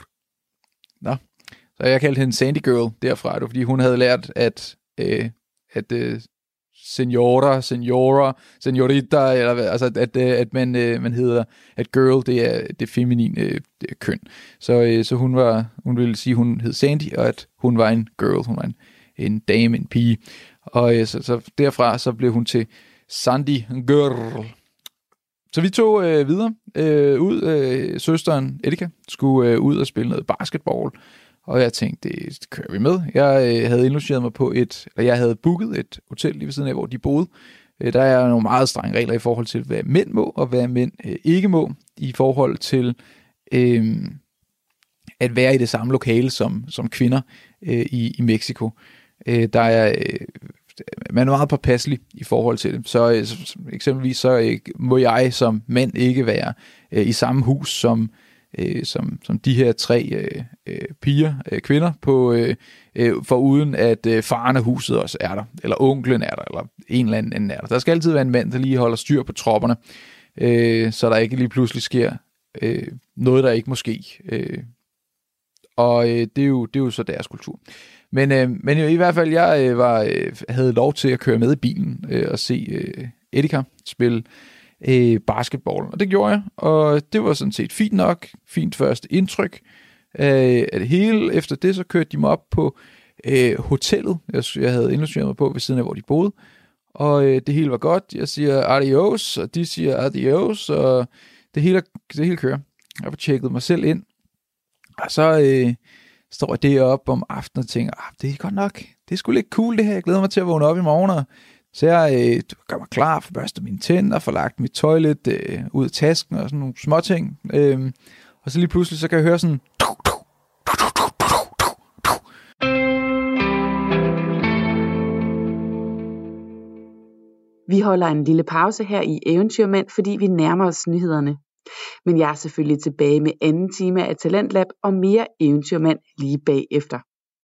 Nå, så jeg kaldte hende Sandy Girl derfra, det var, fordi hun havde lært, at, øh, at øh, senora, senora, senorita, eller hvad, altså at, at man, man hedder, at girl, det er det feminine det er køn. Så, så hun var, hun ville sige, hun hed Sandy, og at hun var en girl, hun var en, en dame, en pige. Og så, så derfra, så blev hun til Sandy Girl. Så vi tog øh, videre øh, ud, øh, søsteren Erika skulle øh, ud og spille noget basketball. Og jeg tænkte, det, det kører vi med. Jeg øh, havde indlogeret mig på et, eller jeg havde booket et hotel lige ved siden af, hvor de boede. Øh, der er nogle meget strenge regler i forhold til, hvad mænd må, og hvad mænd øh, ikke må, i forhold til øh, at være i det samme lokale som, som kvinder øh, i, i Mexico. Øh, der er, øh, man er meget påpasselig i forhold til det. Så øh, eksempelvis så øh, må jeg som mand ikke være øh, i samme hus som Øh, som, som de her tre øh, øh, piger, øh, kvinder, på, øh, øh, for uden at øh, faren af huset også er der, eller onklen er der, eller en eller anden er der. Der skal altid være en mand, der lige holder styr på tropperne, øh, så der ikke lige pludselig sker øh, noget, der ikke må ske. Øh, og øh, det, er jo, det er jo så deres kultur. Men, øh, men i hvert fald, jeg øh, var, øh, havde lov til at køre med i bilen øh, og se øh, Erika spille Øh, basketball, og det gjorde jeg, og det var sådan set fint nok, fint første indtryk øh, af det hele. Efter det, så kørte de mig op på øh, hotellet, jeg, jeg havde indlogeret mig på ved siden af, hvor de boede, og øh, det hele var godt. Jeg siger adios, og de siger adios, og det hele, det hele kører. Jeg får tjekket mig selv ind, og så øh, står jeg deroppe om aftenen og tænker, ah, det er godt nok, det er sgu lidt cool det her, jeg glæder mig til at vågne op i morgen. Så jeg øh, gør mig klar for børste mine tænder, får lagt mit tøj lidt øh, ud af tasken og sådan nogle småting. Øh, og så lige pludselig, så kan jeg høre sådan... Vi holder en lille pause her i Eventyrmand, fordi vi nærmer os nyhederne. Men jeg er selvfølgelig tilbage med anden time af Talentlab og mere Eventyrmand lige bagefter.